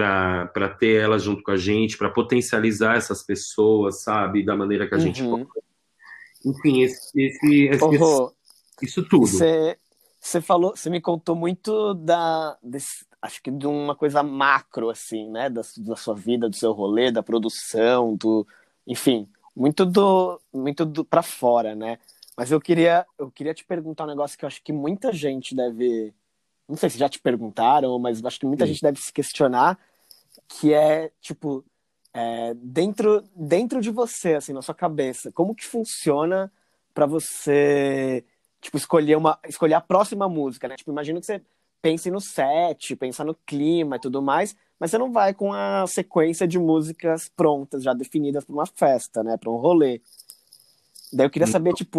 para ter elas junto com a gente, para potencializar essas pessoas, sabe, da maneira que a gente pode. Uhum. Enfim, esse, esse, Ô, esse, Rô, isso tudo. você você falou, você me contou muito da, desse- acho que de uma coisa macro, assim, né? Da, da sua vida, do seu rolê, da produção, do, enfim, muito do, muito do para fora, né? Mas eu queria, eu queria te perguntar um negócio que eu acho que muita gente deve, não sei se já te perguntaram, mas acho que muita Sim. gente deve se questionar, que é, tipo, é, dentro, dentro de você, assim, na sua cabeça, como que funciona pra você, tipo, escolher uma, escolher a próxima música, né? Tipo, imagino que você pense no set, pensa no clima e tudo mais, mas você não vai com a sequência de músicas prontas, já definidas pra uma festa, né? Pra um rolê. Daí eu queria saber, tipo,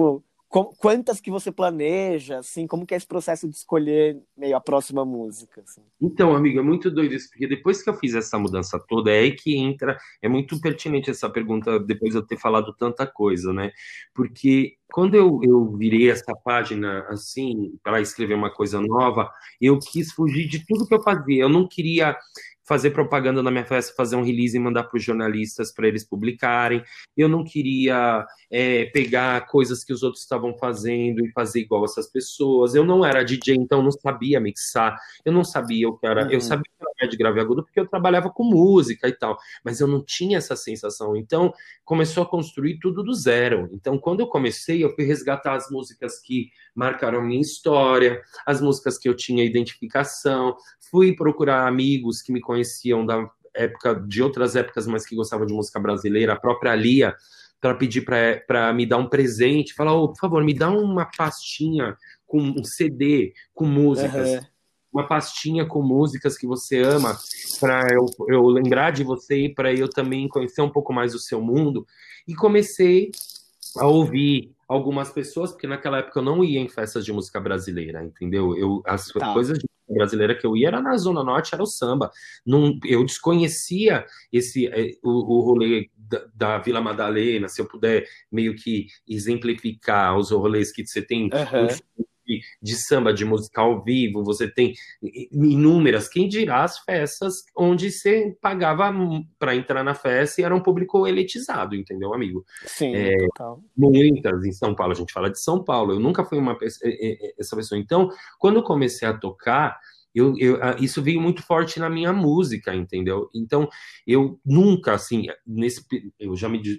com, quantas que você planeja, assim, como que é esse processo de escolher meio a próxima música, assim? Então, amigo, é muito doido isso, porque depois que eu fiz essa mudança toda, é aí que entra, é muito pertinente essa pergunta, depois de eu ter falado tanta coisa, né? Porque quando eu, eu virei essa página, assim, para escrever uma coisa nova, eu quis fugir de tudo que eu fazia. Eu não queria fazer propaganda na minha festa, fazer um release e mandar para os jornalistas para eles publicarem. Eu não queria é, pegar coisas que os outros estavam fazendo e fazer igual essas pessoas. Eu não era D J, então não sabia mixar. Eu não sabia o que era. Eu Uhum. sabia que era de grave e agudo porque eu trabalhava com música e tal, mas eu não tinha essa sensação. Então, começou a construir tudo do zero. Então, quando eu comecei, eu fui resgatar as músicas que marcaram a minha história, as músicas que eu tinha identificação, fui procurar amigos que me conheciam da época, de outras épocas, mas que gostavam de música brasileira, a própria Lia, para pedir para me dar um presente, falar, oh, por favor, me dá uma pastinha com um C D com músicas, Uhum. uma pastinha com músicas que você ama, para eu, eu lembrar de você e para eu também conhecer um pouco mais do seu mundo. E comecei a ouvir algumas pessoas, porque naquela época eu não ia em festas de música brasileira, entendeu? Eu, as Tá. coisas de música brasileira que eu ia era na Zona Norte, era o samba. Não, eu desconhecia esse eh, o, o rolê da, da Vila Madalena, se eu puder meio que exemplificar os rolês que você tem em Uhum. de, de samba, de música ao vivo, você tem inúmeras, quem dirá as festas onde você pagava para entrar na festa e era um público elitizado, entendeu, amigo? Sim, É, total. muitas em São Paulo, a gente fala de São Paulo, eu nunca fui uma pessoa, essa pessoa. Então, quando eu comecei a tocar, eu, eu, isso veio muito forte na minha música, entendeu? Então, eu nunca, assim, nesse, eu já me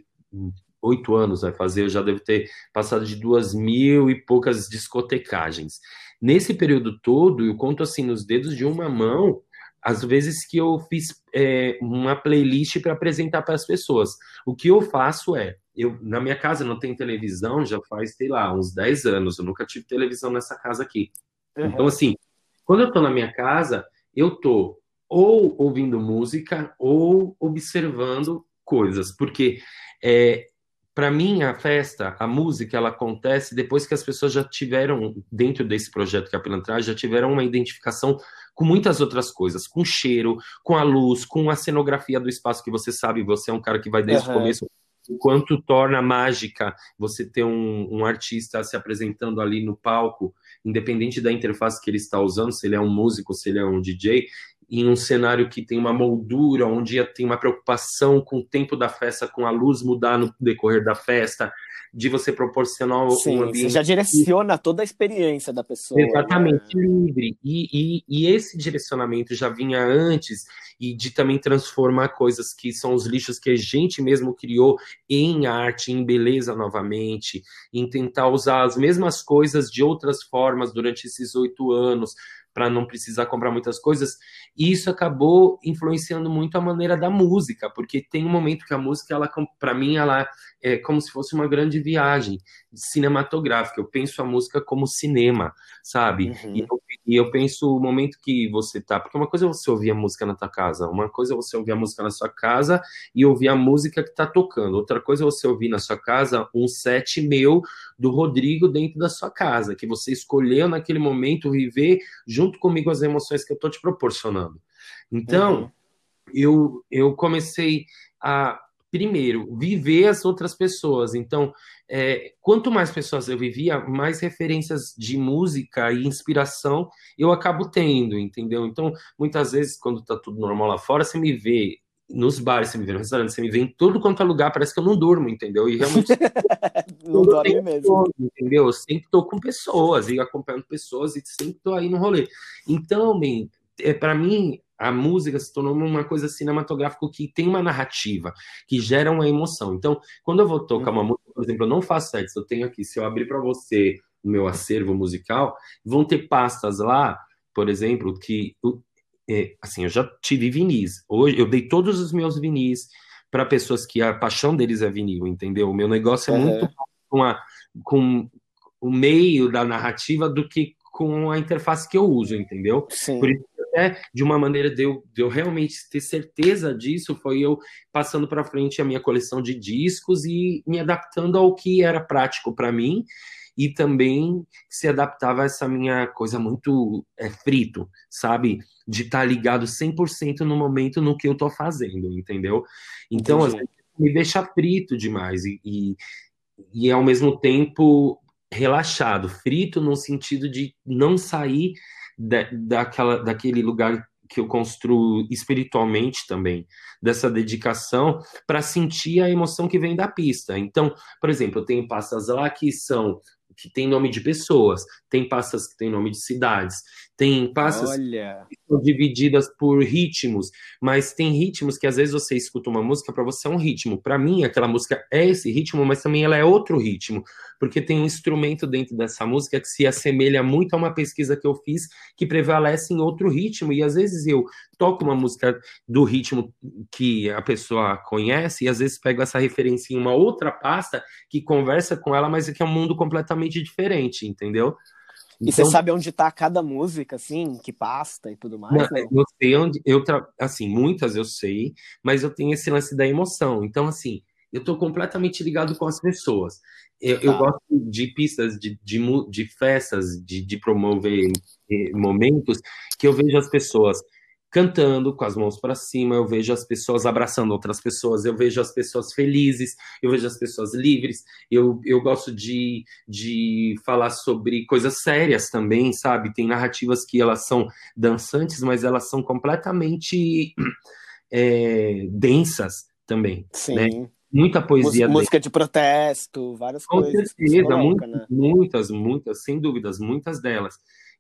oito anos vai fazer, eu já devo ter passado de duas mil e poucas discotecagens. Nesse período todo, eu conto assim nos dedos de uma mão às vezes que eu fiz é, uma playlist para apresentar para as pessoas. O que eu faço é, eu, na minha casa não tem televisão, já faz, sei lá, uns dez anos, eu nunca tive televisão nessa casa aqui. Então, Uhum. assim, quando eu estou na minha casa, eu estou ou ouvindo música ou observando coisas, porque é, para mim a festa, a música, ela acontece depois que as pessoas já tiveram, dentro desse projeto que é a Pilantragem, já tiveram uma identificação com muitas outras coisas, com cheiro, com a luz, com a cenografia do espaço, que você sabe, você é um cara que vai desde o Uhum. começo, o quanto torna mágica você ter um, um artista se apresentando ali no palco, independente da interface que ele está usando, se ele é um músico, se ele é um D J, em um cenário que tem uma moldura, onde tem uma preocupação com o tempo da festa, com a luz mudar no decorrer da festa, de você proporcionar um Sim, você ambiente já direciona toda a experiência da pessoa, exatamente né? livre. E, e, e esse direcionamento já vinha antes, e de também transformar coisas que são os lixos que a gente mesmo criou em arte, em beleza novamente, em tentar usar as mesmas coisas de outras formas durante esses oito anos, para não precisar comprar muitas coisas. E isso acabou influenciando muito a maneira da música, porque tem um momento que a música, ela, para mim, ela é como se fosse uma grande viagem cinematográfica. Eu penso a música como cinema, sabe? E Uhum. eu, e eu penso o momento que você tá, porque uma coisa é você ouvir a música na tua casa, uma coisa é você ouvir a música na sua casa e ouvir a música que tá tocando, outra coisa é você ouvir na sua casa um set meu do Rodrigo dentro da sua casa, que você escolheu naquele momento viver junto comigo as emoções que eu tô te proporcionando. Então, Uhum. eu, eu comecei a, primeiro, viver as outras pessoas. Então, é, quanto mais pessoas eu vivia, mais referências de música e inspiração eu acabo tendo, entendeu? Então, muitas vezes, quando tá tudo normal lá fora, você me vê nos bares, você me vê no restaurante, você me vê em tudo quanto é lugar, parece que eu não durmo, entendeu? E realmente Não todo o dorme tempo mesmo. todo, entendeu? Eu sempre estou com pessoas e acompanhando pessoas e sempre estou aí no rolê. Então, man, é, para mim, a música se tornou uma coisa cinematográfica que tem uma narrativa, que gera uma emoção. Então, quando eu vou tocar uma Uhum. música, por exemplo, eu não faço sets, eu tenho aqui, se eu abrir para você o meu acervo musical, vão ter pastas lá, por exemplo, que é, assim, eu já tive vinis. Hoje eu dei todos os meus vinis para pessoas que a paixão deles é vinil, entendeu? O meu negócio é muito Uhum. com, a, com o meio da narrativa do que com a interface que eu uso, entendeu? Por Sim. isso, até de uma maneira de eu, de eu realmente ter certeza disso, foi eu passando para frente a minha coleção de discos e me adaptando ao que era prático para mim e também se adaptava a essa minha coisa muito é, frito, sabe? De estar ligado cem por cento no momento no que eu tô fazendo, entendeu? Então, às Entendi. vezes, me deixa frito demais e, e, e ao mesmo tempo relaxado, frito no sentido de não sair da, daquela, daquele lugar que eu construo espiritualmente também, dessa dedicação para sentir a emoção que vem da pista. Então, por exemplo, eu tenho pastas lá que são que tem nome de pessoas, tem pastas que tem nome de cidades, tem pastas Olha, que são divididas por ritmos, mas tem ritmos que às vezes você escuta uma música, para você é um ritmo. Para mim, aquela música é esse ritmo, mas também ela é outro ritmo, porque tem um instrumento dentro dessa música que se assemelha muito a uma pesquisa que eu fiz que prevalece em outro ritmo. E às vezes eu toco uma música do ritmo que a pessoa conhece, e às vezes pego essa referência em uma outra pasta que conversa com ela, mas é que é um mundo completamente diferente, entendeu? e você Então, sabe onde tá cada música, assim, que pasta e tudo não, mais, não? eu sei onde eu tra... assim, muitas eu sei, mas eu tenho esse lance da emoção. Então, assim, eu tô completamente ligado com as pessoas. Eu, eu Tá. gosto de pistas, de, de, mu- de festas, de, de promover eh, momentos que eu vejo as pessoas cantando com as mãos para cima, eu vejo as pessoas abraçando outras pessoas, eu vejo as pessoas felizes, eu vejo as pessoas livres. Eu, eu gosto de, de falar sobre coisas sérias também, sabe? Tem narrativas que elas são dançantes, mas elas são completamente é, densas também, né? Sim. Muita Mus- poesia dentro. música de protesto, várias Com coisas que você certeza, coloca, muitas, né? muitas, muitas, sem dúvidas, muitas delas.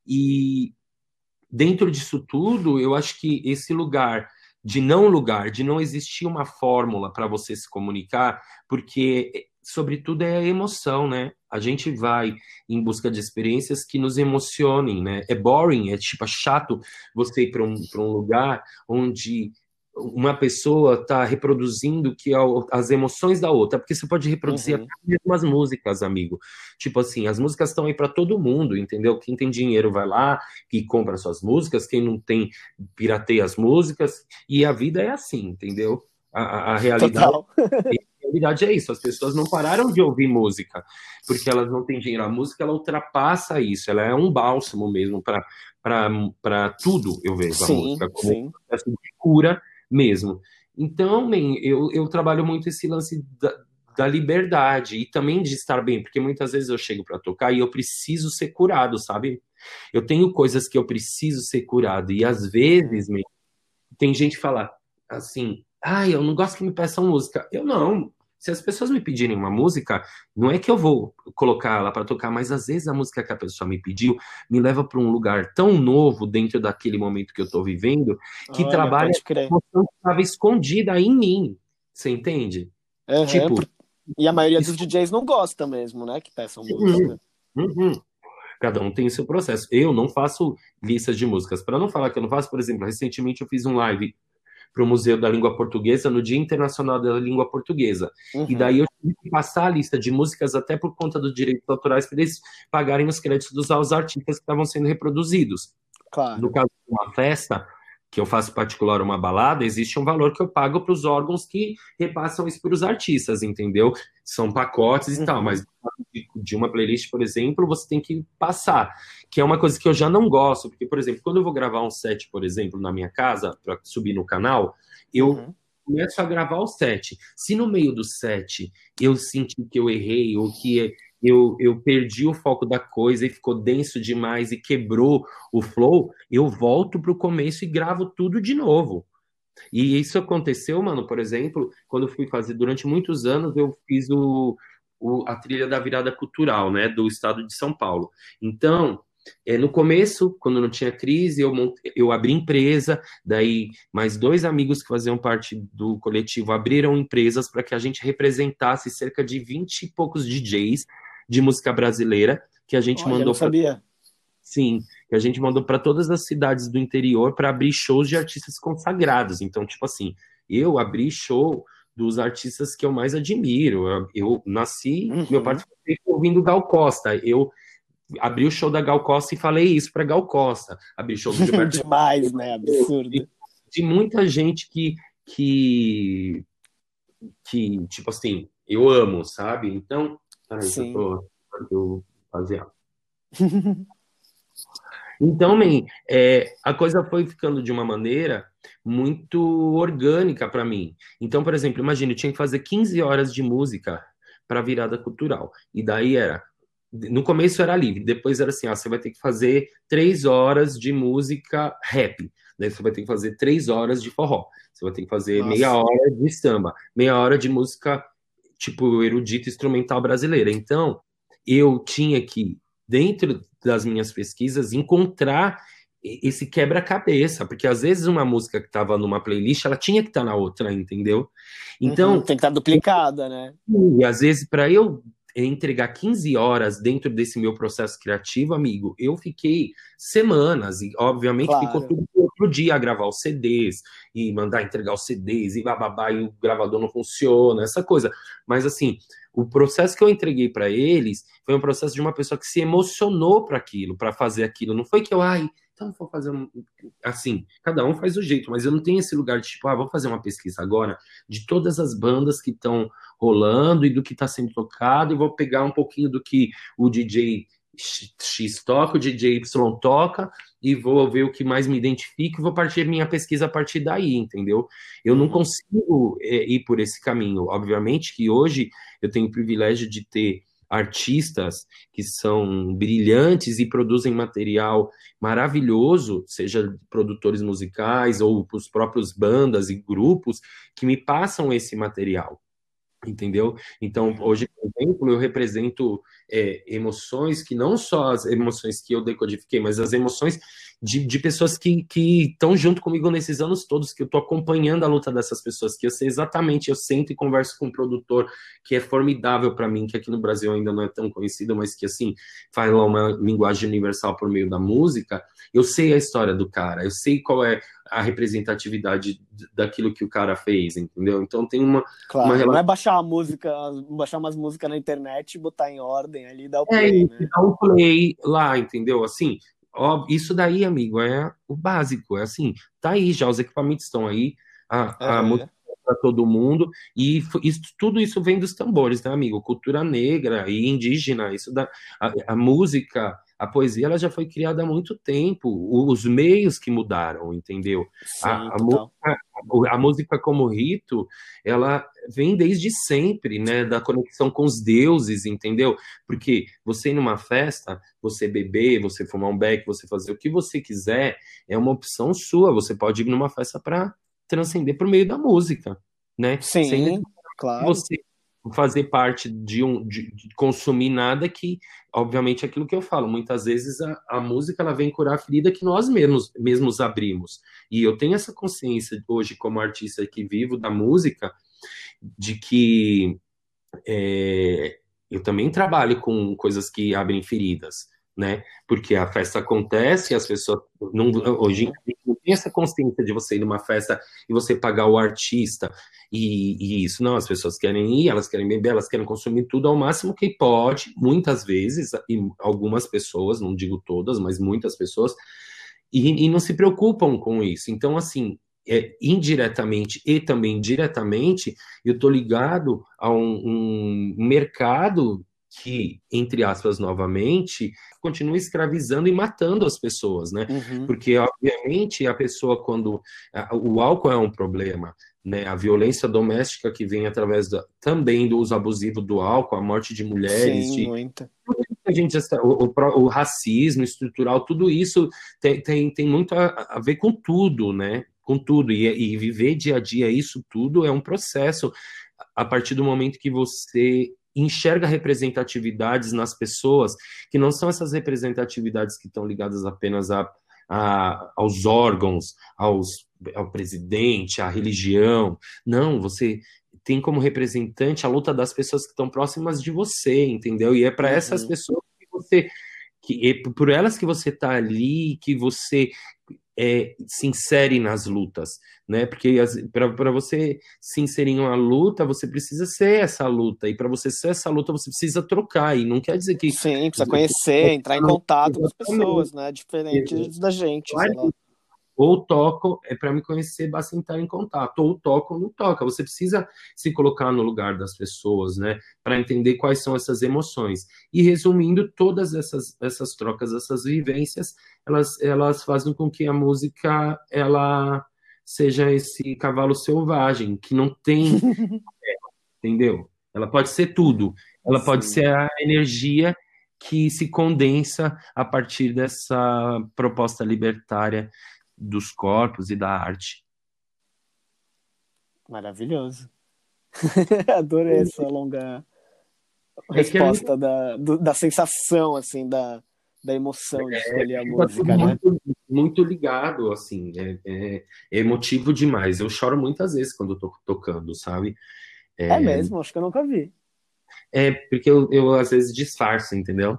E dentro disso tudo, eu acho que esse lugar de não lugar, de não existir uma fórmula para você se comunicar, porque, sobretudo, é a emoção, né? A gente vai em busca de experiências que nos emocionem, né? É boring, é tipo é chato você ir para um, para um lugar onde uma pessoa está reproduzindo que é o- as emoções da outra, porque você pode reproduzir até Uhum. as mesmas músicas, amigo. Tipo assim, as músicas estão aí para todo mundo, entendeu? Quem tem dinheiro vai lá e compra suas músicas, quem não tem pirateia as músicas, e a vida é assim, entendeu? A, a, a realidade, Total. a realidade é isso, as pessoas não pararam de ouvir música, porque elas não têm dinheiro. A música, ela ultrapassa isso, ela é um bálsamo mesmo para para tudo, eu vejo a Sim, música como um sim. processo de cura mesmo. Então, man, eu, eu trabalho muito esse lance da, da liberdade e também de estar bem, porque muitas vezes eu chego para tocar e eu preciso ser curado, sabe? Eu tenho coisas que eu preciso ser curado. E às Uhum. vezes, meu, tem gente que fala assim: ah, eu não gosto que me peçam música. Eu não. Se as pessoas me pedirem uma música, não é que eu vou colocar ela para tocar, mas às vezes a música que a pessoa me pediu me leva para um lugar tão novo dentro daquele momento que eu estou vivendo, que Olha, trabalha pode a crer. emoção que estava escondida em mim. Você entende? Uhum. Tipo, por- E a maioria dos isso. D Js não gosta mesmo, né? Que peçam Uhum, música. uhum. Cada um tem o seu processo. Eu não faço listas de músicas. Para não falar que eu não faço, por exemplo, recentemente eu fiz um live para o Museu da Língua Portuguesa no Dia Internacional da Língua Portuguesa. E daí Uhum. eu tive que passar a lista de músicas até por conta dos direitos autorais para eles pagarem os créditos aos artistas que estavam sendo reproduzidos. No Claro. caso de uma festa, que eu faço particular uma balada, existe um valor que eu pago para os órgãos que repassam isso para os artistas, entendeu? São pacotes e tal, mas Uhum. de, de uma playlist, por exemplo, você tem que passar, que é uma coisa que eu já não gosto, porque, por exemplo, quando eu vou gravar um set, por exemplo, na minha casa, para subir no canal, eu Uhum. começo a gravar o set. Se no meio do set eu senti que eu errei, ou que eu, eu perdi o foco da coisa e ficou denso demais e quebrou o flow, eu volto pro começo e gravo tudo de novo. E isso aconteceu, mano, por exemplo, quando eu fui fazer, durante muitos anos, eu fiz o, o- a trilha da virada cultural, né, do estado de São Paulo. Então, é, no começo, quando não tinha crise, eu, mont- eu abri empresa, daí mais dois amigos que faziam parte do coletivo abriram empresas para que a gente representasse cerca de vinte e poucos D Js de música brasileira, que a gente Olha, não mandou para sabia. Sim, que a gente mandou para todas as cidades do interior para abrir shows de artistas consagrados. Então, tipo assim, eu abri show dos artistas que eu mais admiro. Eu, eu nasci, meu pai Uhum. foi ouvindo Gal Costa. Eu abri o show da Gal Costa e falei isso para Gal Costa. Abri show do Gilberto Demais, né? Gil, Absurdo. de muita gente que, que, que, tipo assim, eu amo, sabe? Então, peraí que eu Sim. tô. Eu rapaziada. Então, man, é, a coisa foi ficando de uma maneira muito orgânica para mim. Então, por exemplo, imagina, eu tinha que fazer quinze horas de música para virada cultural. E daí era. No começo era livre, depois era assim: ah, você vai ter que fazer três horas de música rap. Daí você vai ter que fazer três horas de forró. Você vai ter que fazer meia Nossa. hora de samba, meia hora de música, tipo, erudita instrumental brasileira. Então, eu tinha que, dentro das minhas pesquisas, encontrar esse quebra-cabeça, porque às vezes uma música que estava numa playlist, ela tinha que estar na outra, entendeu? Uhum, Então, tem que estar duplicada, né? e às vezes, para eu entregar quinze horas dentro desse meu processo criativo, amigo, eu fiquei semanas, e obviamente ficou Claro. tudo pro outro dia a gravar os C Ds, e mandar entregar os C Ds, e bababá, e o gravador não funciona, essa coisa. Mas assim, o processo que eu entreguei para eles foi um processo de uma pessoa que se emocionou para aquilo, para fazer aquilo. Não foi que eu, ai, então vou fazer um. Assim, cada um faz o jeito, mas eu não tenho esse lugar de tipo, ah, vou fazer uma pesquisa agora de todas as bandas que estão rolando e do que está sendo tocado, e vou pegar um pouquinho do que o D J X toca, o D J Y toca, e vou ver o que mais me identifica e vou partir minha pesquisa a partir daí, entendeu? Eu não Uhum. consigo é, ir por esse caminho. Obviamente que hoje eu tenho o privilégio de ter artistas que são brilhantes e produzem material maravilhoso, seja produtores musicais ou os próprios bandas e grupos que me passam esse material. Entendeu? Então, Uhum. hoje, por exemplo, eu represento é, emoções que não só as emoções que eu decodifiquei, mas as emoções de, de pessoas que estão junto comigo nesses anos todos, que eu estou acompanhando a luta dessas pessoas, que eu sei exatamente, eu sento e converso com um produtor que é formidável para mim, que aqui no Brasil ainda não é tão conhecido, mas que, assim, fala uma linguagem universal por meio da música. Eu sei a história do cara, eu sei qual é a representatividade daquilo que o cara fez, entendeu? Então, tem uma, uma Claro, não é relação. baixar a música, baixar umas músicas na internet, botar em ordem ali e dar o É play, isso, né? dá um play lá, entendeu? Assim, ó, isso daí, amigo, é o básico. É assim, tá aí já, os equipamentos estão aí, a, a música Aham. para todo mundo, e f- isso, tudo isso vem dos tambores, né, amigo? Cultura negra e indígena, isso da, a, a música, a poesia, ela já foi criada há muito tempo, os meios que mudaram, entendeu? Sim, A, a total. música, a música como rito, ela vem desde sempre, né, da conexão com os deuses, entendeu? Porque você ir numa festa, você beber, você fumar um beck, você fazer o que você quiser, é uma opção sua. Você pode ir numa festa para transcender por meio da música, né? Sem Sim, claro. você fazer parte de um de, de consumir nada que, obviamente, é aquilo que eu falo, muitas vezes a, a música ela vem curar a ferida que nós mesmos mesmos abrimos. E eu tenho essa consciência hoje como artista que vivo da música de que é, eu também trabalho com coisas que abrem feridas, né? Porque a festa acontece, as pessoas não, hoje em Uhum. dia não tem essa consciência de você ir numa festa e você pagar o artista e, e isso não, as pessoas querem ir, elas querem beber, elas querem consumir tudo ao máximo que pode, muitas vezes, e algumas pessoas, não digo todas, mas muitas pessoas, e, e não se preocupam com isso. Então, assim, é, indiretamente e também diretamente, eu estou ligado a um, um mercado que, entre aspas, novamente, continua escravizando e matando as pessoas, né? Uhum. Porque, obviamente, a pessoa, quando. a- O álcool é um problema, né? A violência doméstica que vem através da, também do uso abusivo do álcool, a morte de mulheres, Sim, de muita. a gente já sa- o, o pró- o racismo estrutural, tudo isso tem, tem, tem muito a, a ver com tudo, né? Com tudo. E, e viver dia a dia isso tudo é um processo a partir do momento que você enxerga representatividades nas pessoas, que não são essas representatividades que estão ligadas apenas a, a, aos órgãos, aos, ao presidente, à religião. Não, você tem como representante a luta das pessoas que estão próximas de você, entendeu? E é para essas Uhum. pessoas que você, que é por elas que você está ali, que você é, se insere nas lutas, né? Porque para você se inserir em uma luta, você precisa ser essa luta, e para você ser essa luta, você precisa trocar, e não quer dizer que. Sim, precisa conhecer, entrar em contato com as Exatamente, pessoas, né? Diferentes da gente, sei lá. Ou toco, é para me conhecer, basta entrar em contato. Ou toca ou não toca. Você precisa se colocar no lugar das pessoas, né? Para entender quais são essas emoções. E resumindo, todas essas, essas trocas, essas vivências, elas, elas fazem com que a música, ela seja esse cavalo selvagem, que não tem, entendeu? Ela pode ser tudo. Ela pode Sim, ser a energia que se condensa a partir dessa proposta libertária dos corpos e da arte. maravilhoso. Adorei essa longa É que aí resposta da, do- da sensação, assim, da, da emoção de escolher a tá tudo música, né? muito, muito ligado, assim, é, é, é emotivo demais. Eu choro muitas vezes quando eu tô tocando, sabe? É mesmo, acho que eu nunca vi. É porque eu, eu às vezes disfarço, entendeu?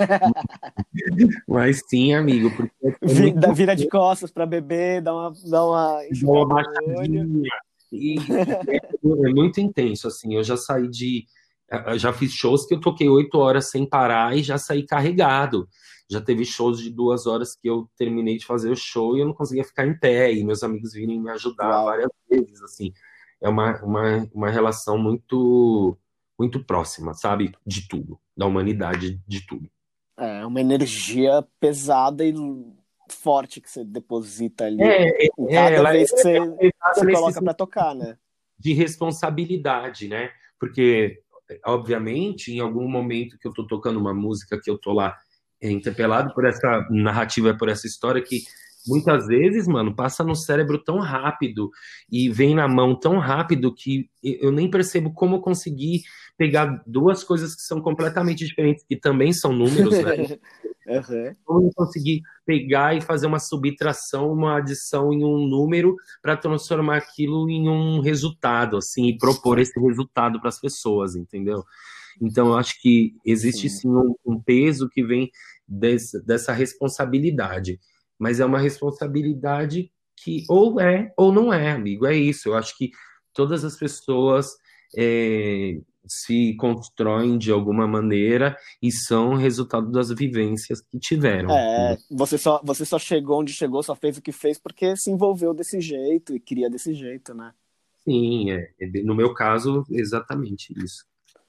Mas sim, amigo, porque é Vi- dá- muito Vira de costas pra beber, dá uma, dá uma dá uma enxugada no olho. baixadinha. E é, é muito intenso, assim. Eu já saí de. Eu já fiz shows que eu toquei oito horas sem parar e já saí carregado. Já teve shows de duas horas que eu terminei de fazer o show e eu não conseguia ficar em pé, e meus amigos virem me ajudar Uau. várias vezes, assim. É uma, uma, uma relação muito, muito próxima, sabe? De tudo, da humanidade, de tudo. É uma energia pesada e forte que você deposita ali É, é, em é, cada ela vez que é você pesada se nesse coloca pra tocar, né? de responsabilidade, né? Porque, obviamente, em algum momento que eu tô tocando uma música, que eu tô lá é, interpelado por essa narrativa, por essa história que muitas vezes, mano, passa no cérebro tão rápido e vem na mão tão rápido que eu nem percebo como eu consegui pegar duas coisas que são completamente diferentes, que também são números, né? Aham. Como eu conseguir pegar e fazer uma subtração, uma adição em um número para transformar aquilo em um resultado, assim, e propor esse resultado para as pessoas, entendeu? Então, eu acho que existe Sim. sim um, um peso que vem desse, dessa responsabilidade, mas é uma responsabilidade que ou é ou não é, amigo. É isso. Eu acho que todas as pessoas é, se constroem de alguma maneira e são resultado das vivências que tiveram. É, você só, você só chegou onde chegou, só fez o que fez porque se envolveu desse jeito e queria desse jeito, né? Sim, é, é, no meu caso, exatamente isso.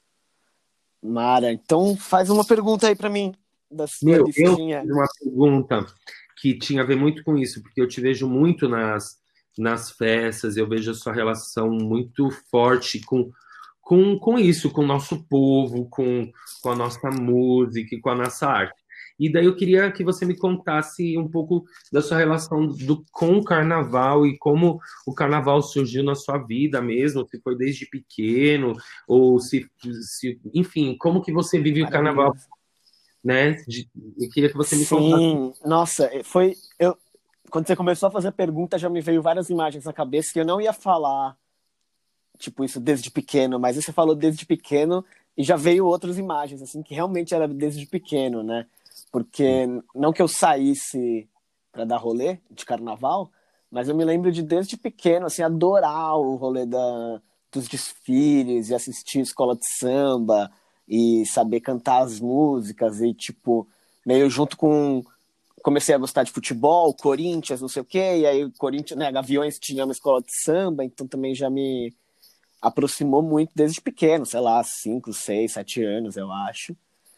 Mara, então faz uma pergunta aí pra mim da sua Meu, eu listinha. fiz uma pergunta que tinha a ver muito com isso, porque eu te vejo muito nas, nas festas, eu vejo a sua relação muito forte com, com, com isso, com o nosso povo, com, com a nossa música e com a nossa arte. E daí eu queria que você me contasse um pouco da sua relação do, com o carnaval e como o carnaval surgiu na sua vida mesmo, se foi desde pequeno, ou se, se enfim, como que você vive o carnaval, Maravilhoso. né? De- eu queria que você me contasse. Sim, nossa, foi. Eu, quando você começou a fazer a pergunta, já me veio várias imagens na cabeça que eu não ia falar, tipo, isso desde pequeno, mas você falou desde pequeno e já veio outras imagens, assim, que realmente era desde pequeno, né? Porque não que eu saísse para dar rolê de carnaval, mas eu me lembro de desde pequeno, assim, adorar o rolê da, dos desfiles e assistir escola de samba e saber cantar as músicas e, tipo, meio junto com comecei a gostar de futebol, Corinthians, não sei o quê, e aí Corinthians, né, Gaviões tinha uma escola de samba, então também já me aproximou muito desde pequeno, sei lá, cinco, seis, sete anos, eu acho.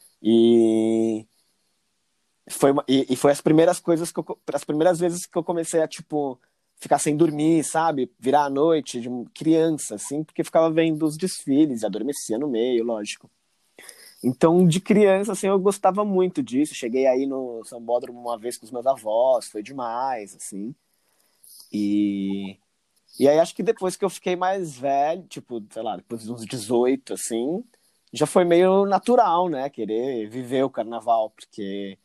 E foi, uma, e, e foi as primeiras coisas que eu, as primeiras vezes que eu comecei a, tipo, ficar sem dormir, sabe? Virar à noite, de criança, assim, porque ficava vendo os desfiles, adormecia no meio, lógico. Então, de criança, assim, eu gostava muito disso. Cheguei aí no Sambódromo uma vez com os meus avós, foi demais, assim. E, e aí acho que depois que eu fiquei mais velho, tipo, sei lá, depois de uns dezoito, assim, já foi meio natural, né? Querer viver o carnaval, porque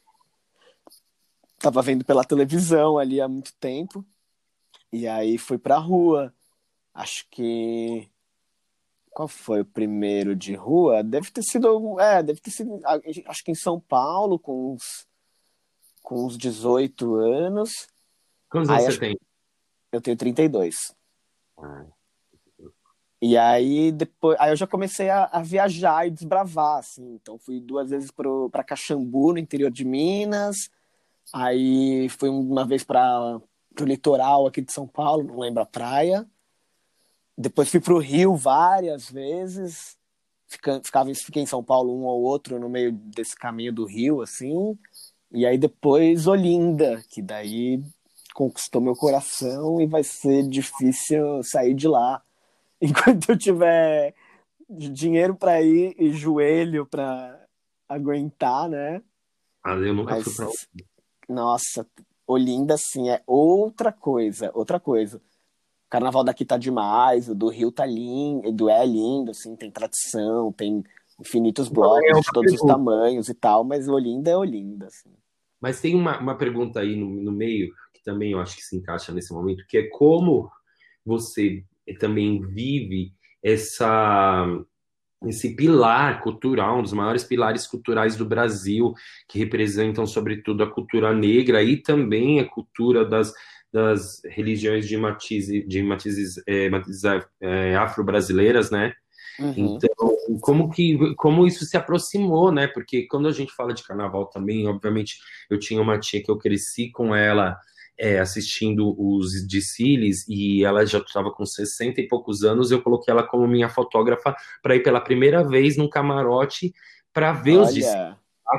tava vendo pela televisão ali há muito tempo. E aí fui pra rua. Acho que. Qual foi o primeiro de rua? Deve ter sido. É, deve ter sido. Acho que em São Paulo, com uns, com uns dezoito anos. Quantos anos Aí você acho que tem? eu tenho trinta e dois. Ah, E aí depois, aí eu já comecei a, a viajar e desbravar, assim. Então fui duas vezes para Caxambu, no interior de Minas. Aí fui uma vez para pro litoral aqui de São Paulo, não lembro a praia. Depois fui pro Rio várias vezes. Fica, ficava, fiquei em São Paulo um ou outro no meio desse caminho do Rio, assim. E aí depois Olinda, que daí conquistou meu coração e vai ser difícil sair de lá. Enquanto eu tiver dinheiro para ir e joelho para aguentar, né? Ah, eu nunca Mas, fui pra. nossa, Olinda, assim, é outra coisa, outra coisa. O carnaval daqui tá demais, o do Rio tá lindo, o do é lindo, assim, tem tradição, tem infinitos É blocos uma de todos os pergunta. tamanhos e tal, mas Olinda é Olinda, assim. Mas tem uma, uma pergunta aí no, no meio, que também eu acho que se encaixa nesse momento, que é como você também vive essa, esse pilar cultural, um dos maiores pilares culturais do Brasil, que representam, sobretudo, a cultura negra e também a cultura das, das religiões de matizes, de matizes, é, matizes é, afro-brasileiras, né? Uhum. Então, como que como isso se aproximou, né? Porque quando a gente fala de carnaval também, obviamente, eu tinha uma tia que eu cresci com ela é, assistindo os desfiles e ela já estava com sessenta e poucos anos. Eu coloquei ela como minha fotógrafa para ir pela primeira vez num camarote para ver os desfiles. Olha,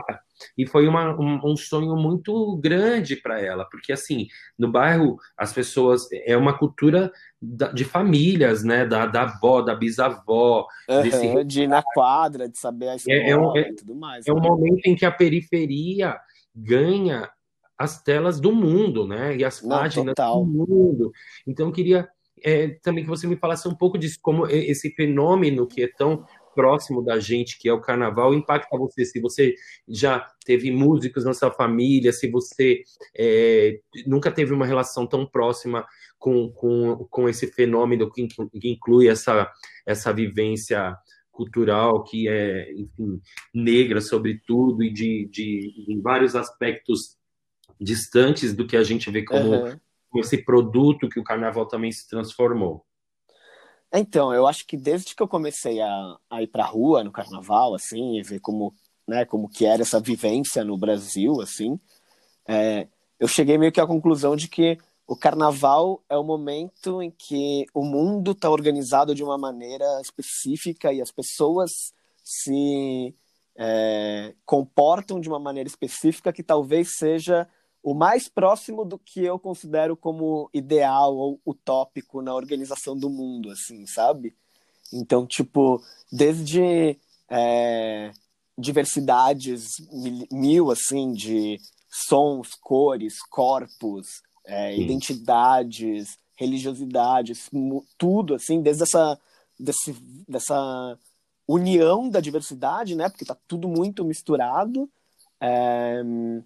E foi uma, um, um sonho muito grande para ela, porque assim, no bairro as pessoas é uma cultura da- de famílias, né? Da, da avó, da bisavó, desse uhum, de ir na quadra, de saber a é, é um, escola é, e tudo mais, é um né? momento em que a periferia ganha as telas do mundo, né? E as Não, páginas do total. mundo. Então, eu queria é, também que você me falasse um pouco disso, como e- esse fenômeno que é tão próximo da gente, que é o carnaval, impacta você. Se você já teve músicos na sua família, se você é, nunca teve uma relação tão próxima com, com, com esse fenômeno que inclu- que inclui essa, essa vivência cultural que é, enfim, negra sobretudo e de, de em vários aspectos distantes do que a gente vê como Uhum. esse produto que o carnaval também se transformou. Então, eu acho que desde que eu comecei a, a ir pra rua no carnaval, assim, e ver como, né, como que era essa vivência no Brasil, assim, é, eu cheguei meio que à conclusão de que o carnaval é o momento em que o mundo está organizado de uma maneira específica e as pessoas se é, comportam de uma maneira específica que talvez seja o mais próximo do que eu considero como ideal ou utópico na organização do mundo, assim, sabe? Então, tipo, desde é, diversidades mil, mil, assim, de sons, cores, corpos, é, Sim, identidades, religiosidades, mu- tudo, assim, desde essa, desse, dessa união da diversidade, né? Porque tá tudo muito misturado. É,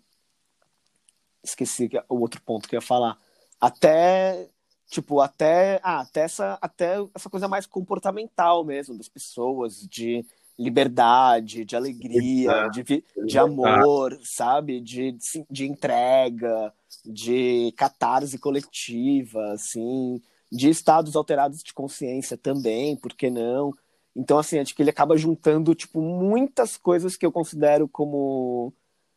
esqueci que- o outro ponto que eu ia falar. Até, tipo, até, ah, até essa, até essa coisa mais comportamental mesmo das pessoas, de liberdade, de alegria, de, vi- de amor, sabe? De, de, de entrega, de catarse coletiva, assim, de estados alterados de consciência também, por que não? Então, assim, acho que ele acaba juntando, tipo, muitas coisas que eu considero como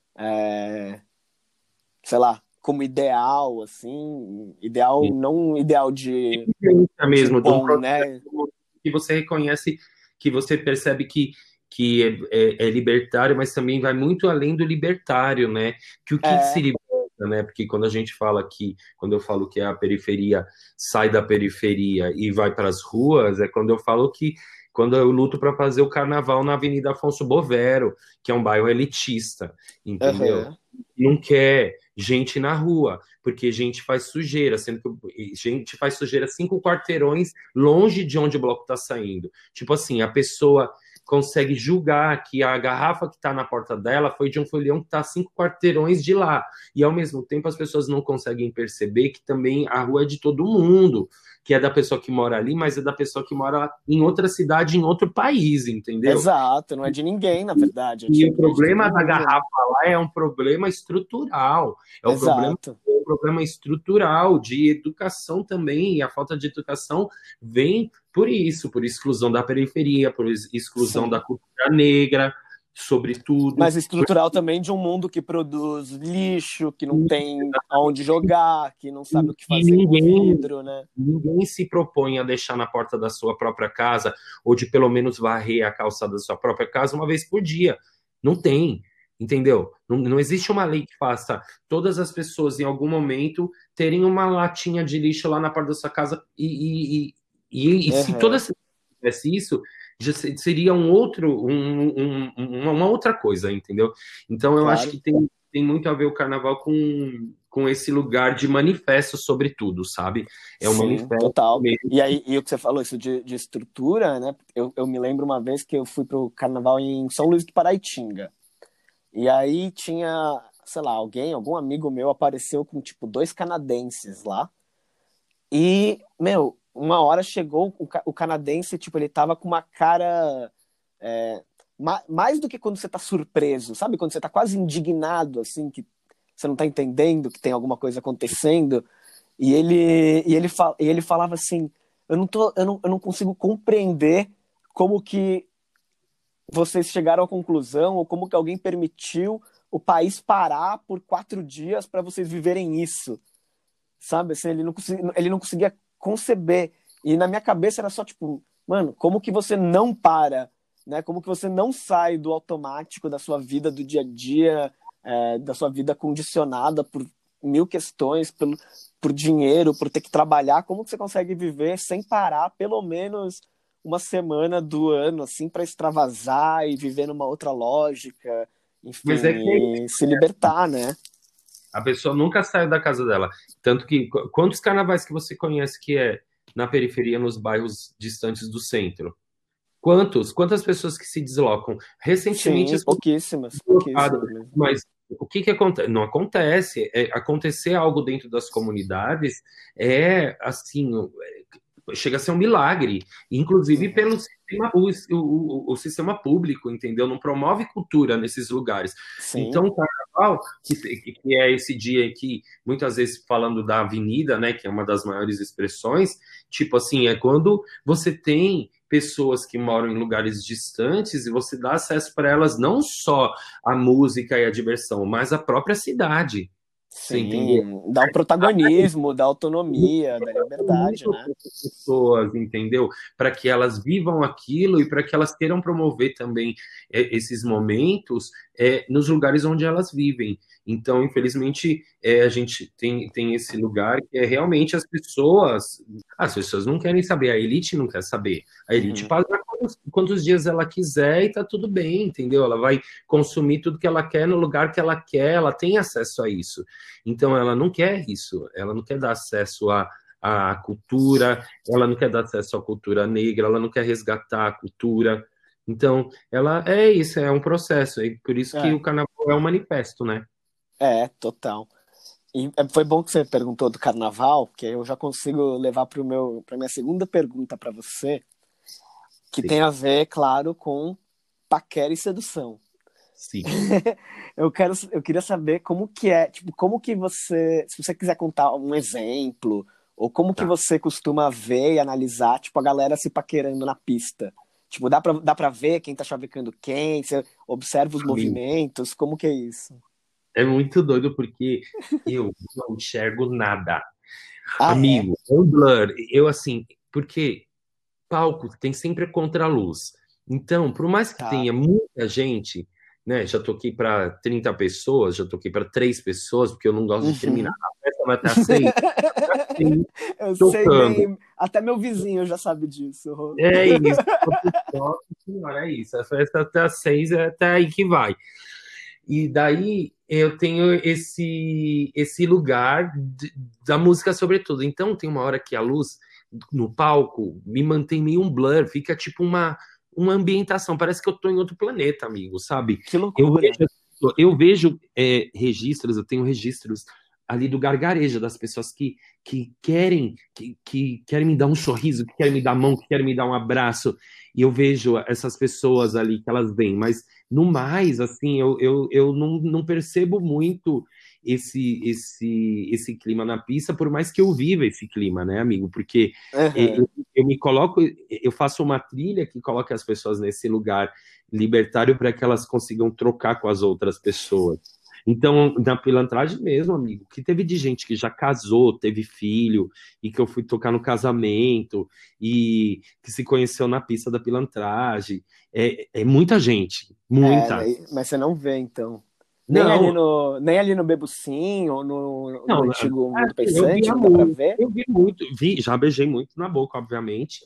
é, sei lá, como ideal, assim, ideal, não ideal de, vivência de mesmo, de um bom, processo né? que você reconhece, que você percebe que, que é, é- é libertário, mas também vai muito além do libertário, né? Que o que se É, liberta, né? Porque quando a gente fala que, quando eu falo que a periferia sai da periferia e vai para as ruas, é quando eu falo que quando eu luto para fazer o carnaval na Avenida Afonso Bovero, que é um bairro elitista, entendeu? aham, Não quer gente na rua, porque gente faz sujeira, sendo que gente faz sujeira cinco quarteirões longe de onde o bloco está saindo. Tipo assim, a pessoa consegue julgar que a garrafa que está na porta dela foi de um folião que está cinco quarteirões de lá. E ao mesmo tempo as pessoas não conseguem perceber que também a rua é de todo mundo, que é da pessoa que mora ali, mas é da pessoa que mora em outra cidade, em outro país, entendeu? exato, não é de ninguém, na verdade, é E de, o é de todo problema da mundo, né? garrafa lá é um problema estrutural, é o problema, Exato, é um problema estrutural de educação também, e a falta de educação vem por isso, por exclusão da periferia, por exclusão da sim. cultura negra, sobre tudo. Mas estrutural também de um mundo que produz lixo, que não tem aonde jogar, que não sabe o que fazer ninguém, com vidro, né? Ninguém se propõe a deixar na porta da sua própria casa, ou de pelo menos varrer a calçada da sua própria casa uma vez por dia. Não tem, entendeu? Não, não existe uma lei que faça todas as pessoas, em algum momento, terem uma latinha de lixo lá na porta da sua casa, e, e, e, e, e Uhum. se todas tivesse isso, já seria um outro, um, um, um, uma outra coisa, entendeu? Então eu Claro. acho que tem, tem muito a ver o carnaval com, com esse lugar de manifesto sobre tudo, sabe? É um Sim, manifesto total. mesmo. E aí, e o que você falou, isso de, de estrutura, né? Eu, eu me lembro uma vez que eu fui pro carnaval em São Luís do Paraitinga. E aí tinha, sei lá, alguém, algum amigo meu apareceu com, tipo, dois canadenses lá. E, meu, uma hora chegou o, o canadense, tipo, ele tava com uma cara... É, ma, mais do que quando você tá surpreso, sabe? Quando você tá quase indignado, assim, que você não tá entendendo que tem alguma coisa acontecendo. E ele, e ele, fal, e ele falava assim, eu não, tô, eu, não, eu não consigo compreender como que vocês chegaram à conclusão, ou como que alguém permitiu o país parar por quatro dias para vocês viverem isso. Sabe? Assim, ele, não conseguia, ele não conseguia conceber. E na minha cabeça era só tipo, mano, como que você não para? Né? Como que você não sai do automático da sua vida do dia a dia, é, da sua vida condicionada por mil questões, pelo, por dinheiro, por ter que trabalhar? Como que você consegue viver sem parar pelo menos uma semana do ano, assim, para extravasar e viver numa outra lógica, enfim, Mas é que e se libertar, né? a pessoa nunca saiu da casa dela. Tanto que, quantos carnavais que você conhece que é na periferia, nos bairros distantes do centro? Quantos? Quantas pessoas que se deslocam? Recentemente... Sim, pouquíssimas, pouquíssimas mesmo. Mas o que que acontece? Não acontece. É, acontecer algo dentro das comunidades é, assim, chega a ser um milagre, inclusive Uhum. pelo sistema, o, o, o sistema público, entendeu? Não promove cultura nesses lugares. Sim. Então, o carnaval, que, que é esse dia aqui, muitas vezes falando da avenida, né, que é uma das maiores expressões, tipo assim, é quando você tem pessoas que moram em lugares distantes e você dá acesso para elas não só a música e a diversão, mas a própria cidade. Você entendeu? Sim, dá o protagonismo, dá autonomia, dá liberdade, né? Pessoas, entendeu? Para que elas vivam aquilo e para que elas queiram promover também é, esses momentos é, nos lugares onde elas vivem. Então, infelizmente, é, a gente tem, tem esse lugar que é realmente as pessoas... As pessoas não querem saber, a elite não quer saber. A elite Uhum. paga quantos, quantos dias ela quiser e tá tudo bem, entendeu? Ela vai consumir tudo que ela quer no lugar que ela quer, ela tem acesso a isso. Então, ela não quer isso, ela não quer dar acesso a a cultura, ela não quer dar acesso à cultura negra, ela não quer resgatar a cultura. Então, ela é isso, é um processo, e por isso que É. o carnaval é um manifesto, né? É, total. E foi bom que você perguntou do carnaval, porque eu já consigo levar para meu para minha segunda pergunta para você, que Sim. tem a ver, claro, com paquera e sedução. Sim. eu quero eu queria saber como que é, tipo, como que você, se você quiser contar um exemplo, ou como Tá. que você costuma ver e analisar, tipo, a galera se paquerando na pista. Tipo, dá pra, dá pra ver quem tá chavecando quem, você observa os Amigo, movimentos, como que é isso? é muito doido porque eu não enxergo nada. Ah, é? Amigo, é um blur. Eu, assim, porque palco tem sempre a contraluz. Então, por mais que Tá. tenha muita gente, né? Já toquei para trinta pessoas, já toquei para três pessoas, porque eu não gosto de terminar. Uhum. A festa vai até às seis. Eu sei Tocando. bem, até meu vizinho já sabe disso. É isso. Nossa senhora, é isso. A festa até às seis é até aí que vai. E daí eu tenho esse, esse lugar de, da música sobretudo. Então tem uma hora que a luz no palco me mantém meio um blur, fica tipo uma, uma ambientação, parece que eu tô em outro planeta, amigo, sabe? Que loucura. Eu vejo, eu vejo é, registros, eu tenho registros ali do gargarejo, das pessoas que, que querem que, que querem me dar um sorriso, que querem me dar a mão, que querem me dar um abraço, e eu vejo essas pessoas ali que elas vêm, mas no mais, assim, eu, eu, eu não, não percebo muito esse, esse, esse clima na pista, por mais que eu viva esse clima, né, amigo? Porque eh, Aham. eu, eu me coloco, eu faço uma trilha que coloca as pessoas nesse lugar libertário para que elas consigam trocar com as outras pessoas. Então, na pilantragem mesmo, amigo, que teve de gente que já casou, teve filho, e que eu fui tocar no casamento, e que se conheceu na pista da pilantragem. É, é muita gente, É, muita. daí- mas você não vê, então. Nem ali Não, no, nem ali no Bebo Sim ou no, no não, antigo é, Mundo eu Pensante, via não dá pra muito, ver? eu vi muito, vi, já beijei muito na boca, obviamente.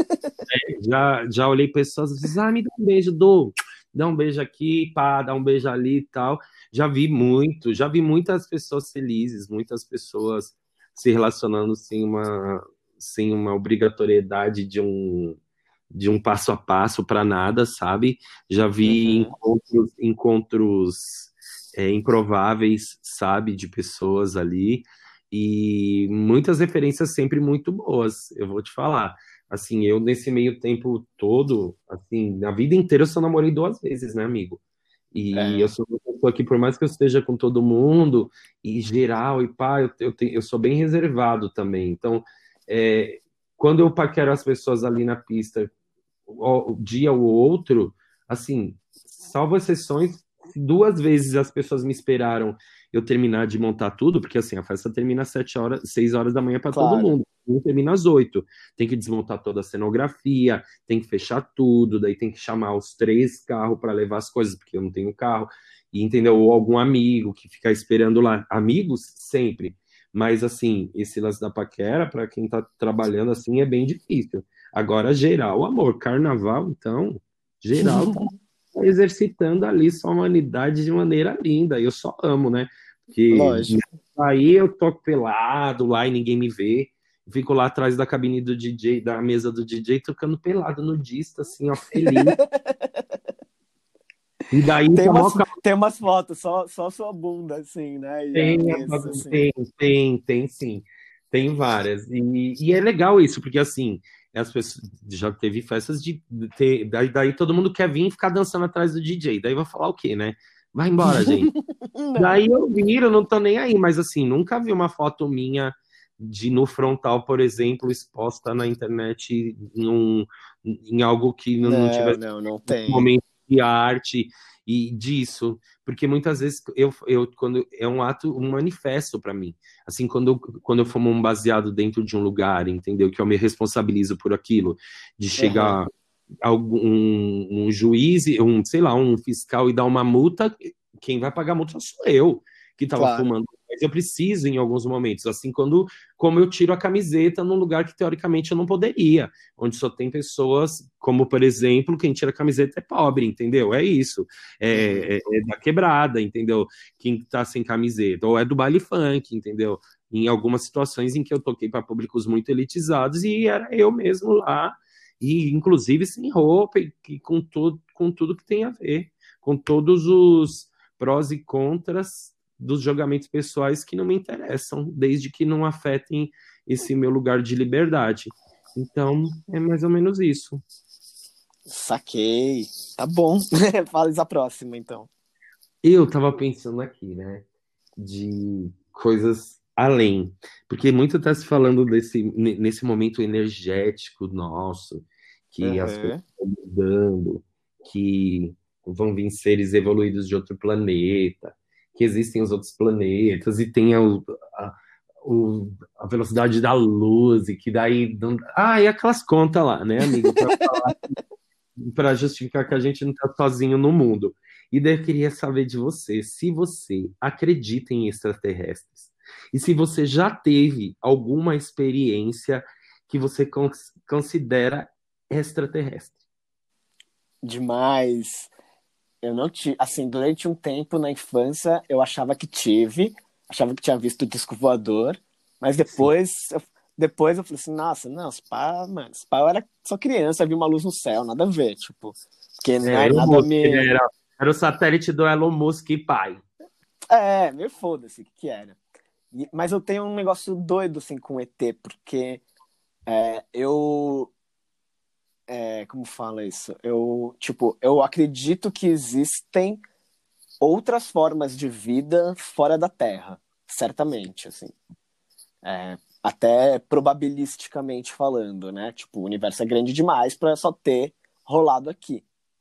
Já, já olhei pessoas e disse, ah, me dá um beijo, dou, dá um beijo aqui, pá, dá um beijo ali e tal. Já vi muito, já vi muitas pessoas felizes, muitas pessoas se relacionando sem uma, sem uma obrigatoriedade de um, de um passo a passo para nada, sabe? Já vi Uhum. encontros, encontros é, improváveis, sabe, de pessoas ali, e muitas referências sempre muito boas, eu vou te falar. Assim, eu nesse meio tempo todo, assim, na vida inteira eu só namorei duas vezes, né, amigo? E eu É. sou uma pessoa que, por mais que eu esteja com todo mundo, e geral, e pá, eu, eu, tenho, eu sou bem reservado também. Então, é, quando eu paquero as pessoas ali na pista, o, o dia ou outro, assim, salvo exceções, duas vezes as pessoas me esperaram eu terminar de montar tudo, porque assim, a festa termina às sete horas, seis horas da manhã para todo Claro. mundo. Não termina às oito. Tem que desmontar toda a cenografia, tem que fechar tudo, daí tem que chamar os três carros para levar as coisas, porque eu não tenho carro, e entendeu? Ou algum amigo que fica esperando lá. Amigos, sempre. Mas assim, esse lance da paquera, para quem tá trabalhando assim, é bem difícil. Agora, geral, amor, carnaval, então, geral tá exercitando ali sua humanidade de maneira linda. Eu só amo, né? Porque Lógico. aí eu toco pelado lá e ninguém me vê. Fico lá atrás da cabine do D J, da mesa do D J, tocando pelado no dista, assim, ó, feliz. E daí Tem tá umas, mó tem umas fotos, só, só sua bunda, assim, né? E a Tem, mesa, assim. tem, tem, tem sim. Tem várias. E, e é legal isso, porque assim, as pessoas já teve festas de ter, daí, daí todo mundo quer vir e ficar dançando atrás do D J. Daí vai falar o quê, né? Vai embora, gente. Não. Daí eu viro, não tô nem aí, mas assim, nunca vi uma foto minha de no frontal, por exemplo, exposta na internet num, em algo que não, não Não, tivesse não, não um tem. momento de arte e disso, porque muitas vezes eu, eu quando é um ato, um manifesto para mim, assim, quando eu, quando eu fumo um baseado dentro de um lugar, entendeu? Que eu me responsabilizo por aquilo, de Aham. chegar algum um, um juiz, um, sei lá, um fiscal e dar uma multa, quem vai pagar a multa sou eu, que estava Claro. fumando. Mas eu preciso em alguns momentos, assim, quando como eu tiro a camiseta num lugar que teoricamente eu não poderia, onde só tem pessoas, como por exemplo, quem tira a camiseta é pobre, entendeu? É isso. Uhum. É, é, é da quebrada, entendeu? Quem tá sem camiseta, ou é do baile funk, entendeu? Em algumas situações em que eu toquei para públicos muito elitizados e era eu mesmo lá, e inclusive sem roupa e, e com, todo, com tudo que tem a ver, com todos os prós e contras dos julgamentos pessoais que não me interessam, desde que não afetem esse meu lugar de liberdade. Então, é mais ou menos isso. Saquei. Tá bom. Fala a próxima, então. Eu tava pensando aqui, né, de coisas além, porque muito tá se falando desse, nesse momento energético nosso, que as coisas Aham. estão mudando, que vão vir seres evoluídos de outro planeta, que existem os outros planetas e tem a, a, o- a velocidade da luz e que daí... não- Ah, e aquelas contas lá, né, amigo? Para justificar que a gente não está sozinho no mundo. E daí eu queria saber de você, se você acredita em extraterrestres e se você já teve alguma experiência que você cons- considera extraterrestre. Demais. Eu não tive. Assim, durante um tempo na infância, eu achava que tive. Achava que tinha visto o disco voador. Mas Sim. depois, eu- depois eu falei assim, nossa, não, esse pá, mano, esse pá eu era só criança, vi uma luz no céu, nada a ver, tipo. Porque É, na- Elon nada Musk, ele me. era, era o satélite do Elon Musk e pai. É, meio foda-se o que que era. E- mas eu tenho um negócio doido, assim, com E T, porque é, eu. É, como fala isso? Eu, tipo, eu acredito que existem outras formas de vida fora da Terra, certamente, assim. É, até probabilisticamente falando, né? Tipo, o universo é grande demais para só ter rolado aqui.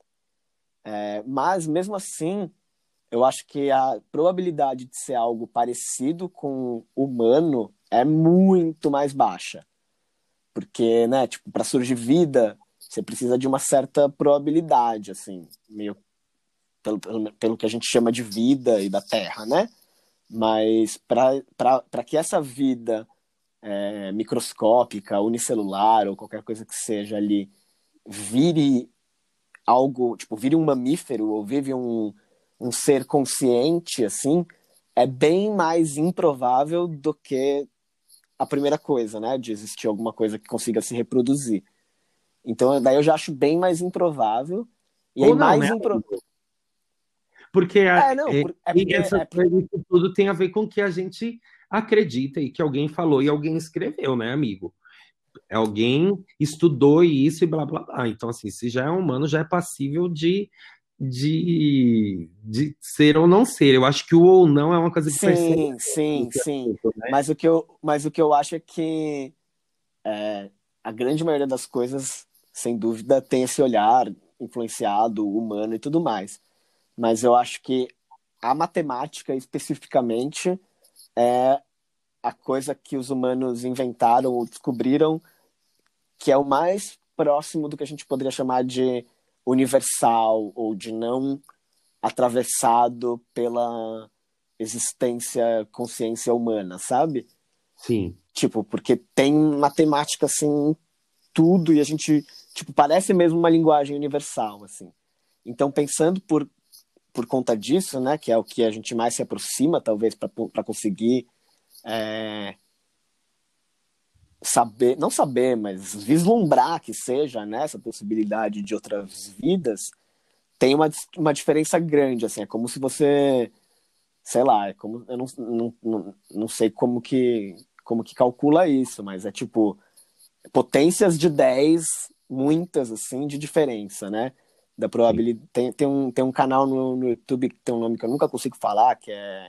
É, mas, mesmo assim, eu acho que a probabilidade de ser algo parecido com humano é muito mais baixa. Porque, né, tipo, para surgir vida, você precisa de uma certa probabilidade, assim, meio pelo, pelo, pelo que a gente chama de vida e da Terra, né? Mas para que essa vida é, microscópica, unicelular ou qualquer coisa que seja ali vire algo, tipo, vire um mamífero ou vive um, um ser consciente, assim, é bem mais improvável do que a primeira coisa, né? De existir alguma coisa que consiga se reproduzir. Então, daí eu já acho bem mais improvável. E aí, Ou não, mais né? impro... Porque a, É, não, é, por, é e porque. essas É, por- coisas, isso tudo tem a ver com o que a gente acredita e que alguém falou e alguém escreveu, né, amigo? É alguém estudou isso e blá blá blá. Então, assim, se já é humano, já é passível de, de, de ser ou não ser. Eu acho que o ou não é uma coisa que percebe sim, sim, esse sim. assunto, né? Mas o que eu, mas o que eu acho é que a grande maioria das coisas, sem dúvida, tem esse olhar influenciado, humano e tudo mais. Mas eu acho que a matemática, especificamente, é a coisa que os humanos inventaram ou descobriram que é o mais próximo do que a gente poderia chamar de universal ou de não atravessado pela existência, consciência humana, sabe? Sim, Tipo, porque tem matemática assim em tudo e a gente, tipo, parece mesmo uma linguagem universal, assim. Então, pensando por, por conta disso, né, que é o que a gente mais se aproxima, talvez, para conseguir é, saber, não saber, mas vislumbrar que seja, né, essa possibilidade de outras vidas, tem uma, uma diferença grande, assim, é como se você, sei lá, é como, eu não, não, não, não sei como que, como que calcula isso, mas é tipo, potências de dez muitas, assim, de diferença, né, da sim. probabilidade, tem, tem, um, tem um canal no, no YouTube que tem um nome que eu nunca consigo falar, que é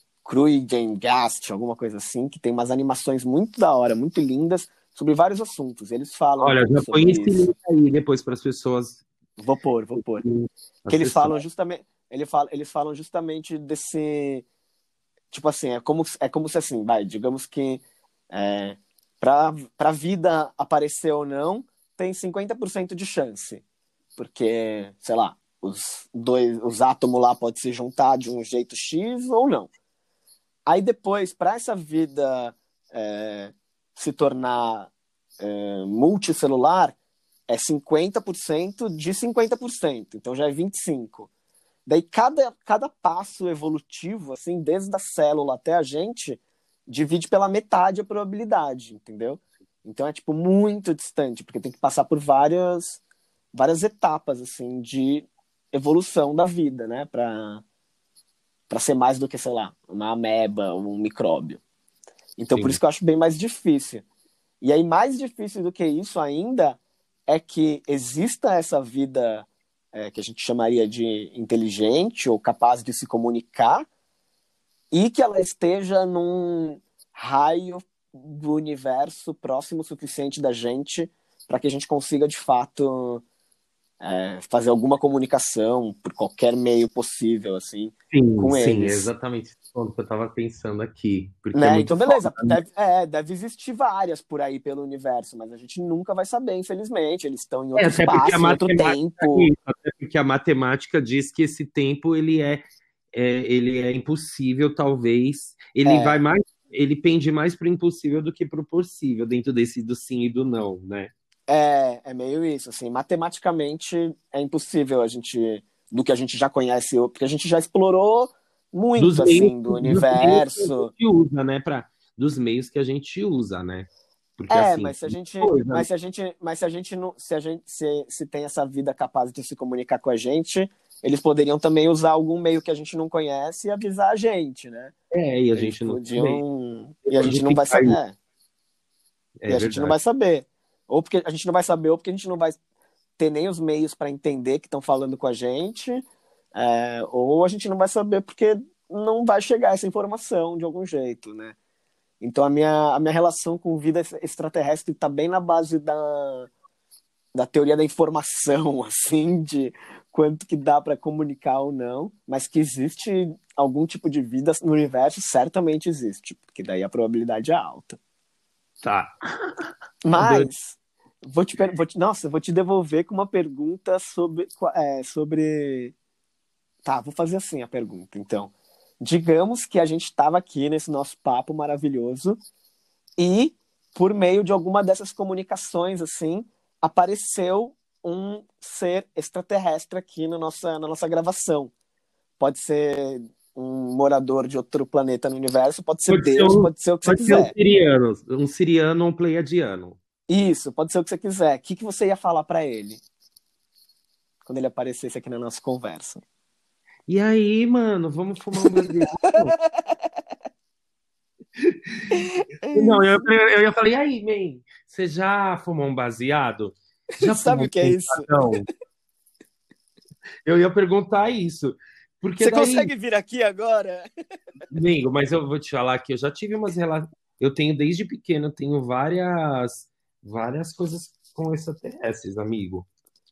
Gast, alguma coisa assim, que tem umas animações muito da hora, muito lindas, sobre vários assuntos. Eles falam um Olha, pouco já põe sobre esse isso. link aí depois para as pessoas Vou pôr, vou pôr. Que eles acessar. falam justamente, ele fala, eles falam justamente desse, tipo assim, é como, é como se assim, vai, digamos que é, para a vida aparecer ou não, tem cinquenta por cento de chance. Porque, sei lá, os dois, os átomos lá podem se juntar de um jeito X ou não. Aí depois, para essa vida é, se tornar é, multicelular, é cinquenta por cento de cinquenta por cento, então já é vinte e cinco por cento. Daí cada, cada passo evolutivo, assim, desde a célula até a gente, divide pela metade a probabilidade, entendeu? Então é tipo muito distante, porque tem que passar por várias, várias etapas assim de evolução da vida, né, para para ser mais do que, sei lá, uma ameba, um micróbio. Então, por isso Sim. que eu acho bem mais difícil. E aí, mais difícil do que isso ainda é que exista essa vida é, que a gente chamaria de inteligente ou capaz de se comunicar e que ela esteja num raio do universo próximo o suficiente da gente para que a gente consiga, de fato, é, fazer alguma comunicação por qualquer meio possível, assim, Sim, com sim, é eles. exatamente esse ponto que eu estava pensando aqui, porque é Né? muito Então, foda, beleza, né? deve, é, deve existir várias por aí pelo universo, mas a gente nunca vai saber, infelizmente. Eles estão em É, outro até porque a espaço, em outro matemática, tempo. até porque a matemática diz que esse tempo ele é, é, ele é impossível, talvez. Ele vai É, mais, ele pende mais para o impossível do que para o possível, dentro desse do sim e do não, né? é, é meio isso, assim, matematicamente é impossível a gente, do que a gente já conhece, porque a gente já explorou Dos muito, meios, assim, do dos meios que a universo. gente usa, né? Pra, dos meios que a gente usa, né? Porque É, assim, mas se a gente, coisa, né? mas se a gente, mas se a gente não, se a gente, se, se tem essa vida capaz de se comunicar com a gente, eles poderiam também usar algum meio que a gente não conhece e avisar a gente, né? É, e a Eles gente não sabe. podiam. E a gente não vai Codificar saber. isso, É, e é a gente não verdade. vai saber. Ou porque a gente não vai saber, ou porque a gente não vai ter nem os meios para entender que estão falando com a gente, É, ou a gente não vai saber porque não vai chegar essa informação de algum jeito, né? Então a minha, a minha relação com vida extraterrestre está bem na base da, da teoria da informação, assim, de quanto que dá para comunicar ou não, mas que existe algum tipo de vida no universo, certamente existe, porque daí a probabilidade é alta. Tá. Mas vou te, vou te, nossa, vou te devolver com uma pergunta sobre, é, sobre. Tá, vou fazer assim a pergunta. Então, digamos que a gente estava aqui nesse nosso papo maravilhoso e, por meio de alguma dessas comunicações, assim, apareceu um ser extraterrestre aqui na nossa, na nossa gravação. Pode ser um morador de outro planeta no universo, pode ser Pode ser Deus, um, pode ser o que você pode ser um quiser. siriano, um siriano ou um pleiadiano. Isso, pode ser o que você quiser. O que, que você ia falar para ele quando ele aparecesse aqui na nossa conversa? E aí, mano, vamos fumar um baseado? É Não, eu, isso. eu, eu ia falar, e aí, man, você já fumou um baseado? Já Sabe fumou o que é um isso? cigarrão? Eu ia perguntar isso. Porque Você daí, consegue vir aqui agora? amigo, mas eu vou te falar que eu já tive umas relações. Eu tenho desde pequeno, eu tenho várias, várias coisas com extraterrestres, amigo.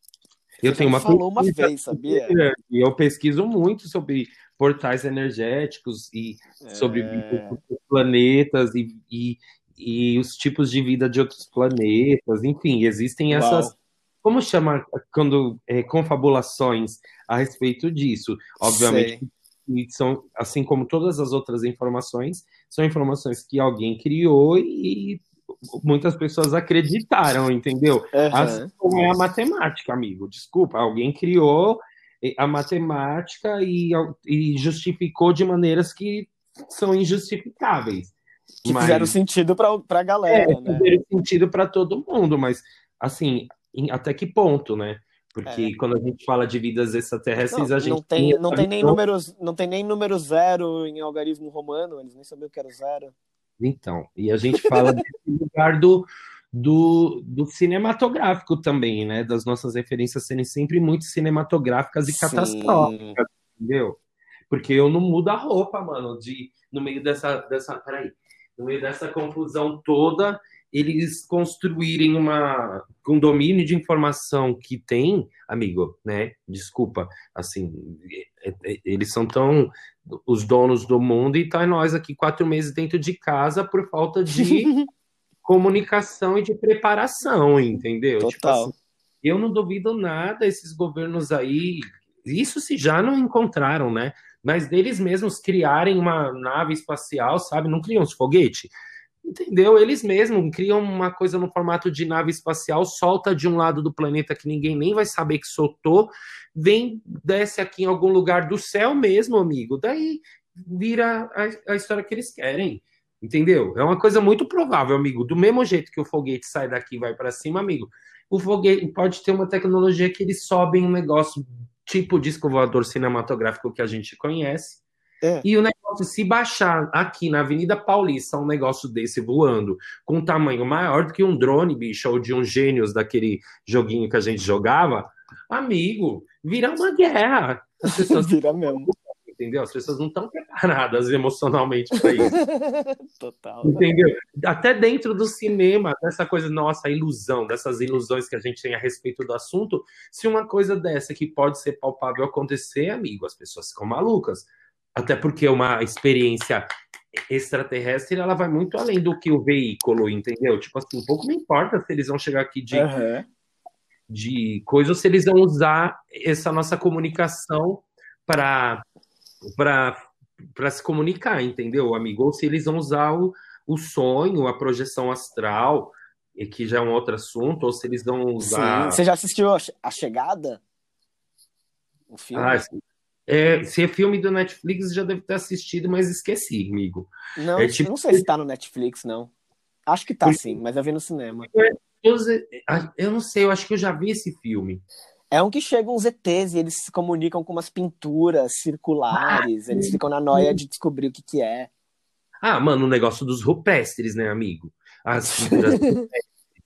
Você Eu já tenho me uma falou uma pesquisa vez, sabia? e eu pesquiso muito sobre portais energéticos e sobre vida em É... outros planetas e, e, e os tipos de vida de outros planetas. Enfim, existem essas, Uau. como chama quando é, confabulações a respeito disso. Obviamente, Sei. e são assim como todas as outras informações, são informações que alguém criou e muitas pessoas acreditaram, entendeu? Assim Aham. como é a matemática, amigo. Desculpa, alguém criou a matemática e, e justificou de maneiras que são injustificáveis. Que fizeram Mas sentido pra, pra é, galera, né? fazer sentido para todo mundo, mas assim, em, até que ponto, né? É. Porque quando a gente fala de vidas extraterrestres, Não, a não gente tem tem, não essa tem nem visão. números, não tem nem número zero em algarismo romano, eles nem sabiam o que era o zero. Então, e a gente fala desse lugar do, do, do cinematográfico também, né? Das nossas referências serem sempre muito cinematográficas e Sim. catastróficas, entendeu? Porque eu não mudo a roupa, mano, de, no meio dessa, dessa, peraí, no meio dessa confusão toda, eles construírem uma, um domínio de informação que tem, amigo, né? Desculpa, assim, é- é- eles são tão os donos do mundo e tá nós aqui quatro meses dentro de casa por falta de comunicação e de preparação, entendeu? Tipo assim, Total. eu não duvido nada esses governos aí, isso se já não encontraram, né? Mas deles mesmos criarem uma nave espacial, sabe? Não criam os foguetes, entendeu? Eles mesmos criam uma coisa no formato de nave espacial, solta de um lado do planeta que ninguém nem vai saber que soltou, vem, desce aqui em algum lugar do céu mesmo, amigo. Daí vira a, a história que eles querem. Entendeu? É uma coisa muito provável, amigo. Do mesmo jeito que o foguete sai daqui e vai para cima, amigo, o foguete pode ter uma tecnologia que eles sobem um negócio tipo disco voador cinematográfico que a gente conhece, É. e o negócio, se baixar aqui na Avenida Paulista um negócio desse voando com um tamanho maior do que um drone, bicho, ou de um gênios daquele joguinho que a gente jogava, amigo, vira uma guerra. As pessoas, Vira mesmo. entendeu? As pessoas não estão preparadas emocionalmente para isso. Total. Entendeu? Até dentro do cinema, dessa coisa, nossa, a ilusão, dessas ilusões que a gente tem a respeito do assunto, se uma coisa dessa que pode ser palpável acontecer, amigo, as pessoas ficam malucas. Até porque uma experiência extraterrestre, ela vai muito além do que o veículo, entendeu? Tipo assim, um pouco me importa se eles vão chegar aqui de, Aham. de coisa ou se eles vão usar essa nossa comunicação para para se comunicar, entendeu, amigo? Ou se eles vão usar o, o sonho, a projeção astral, e que já é um outro assunto, ou se eles vão Sim. usar. Você já assistiu A Che- A Chegada? O Ah, filme? é, se é filme do Netflix, já deve ter assistido, mas esqueci, amigo. Não, É eu tipo. não sei se tá no Netflix, não. Acho que tá sim, Porque, mas eu vi no cinema. eu não sei, eu acho que eu já vi esse filme. É um que chegam uns E Tês e eles se comunicam com umas pinturas circulares, eles ficam na noia de descobrir o que que é. Ah, mano, o negócio dos rupestres, né, amigo? As figuras.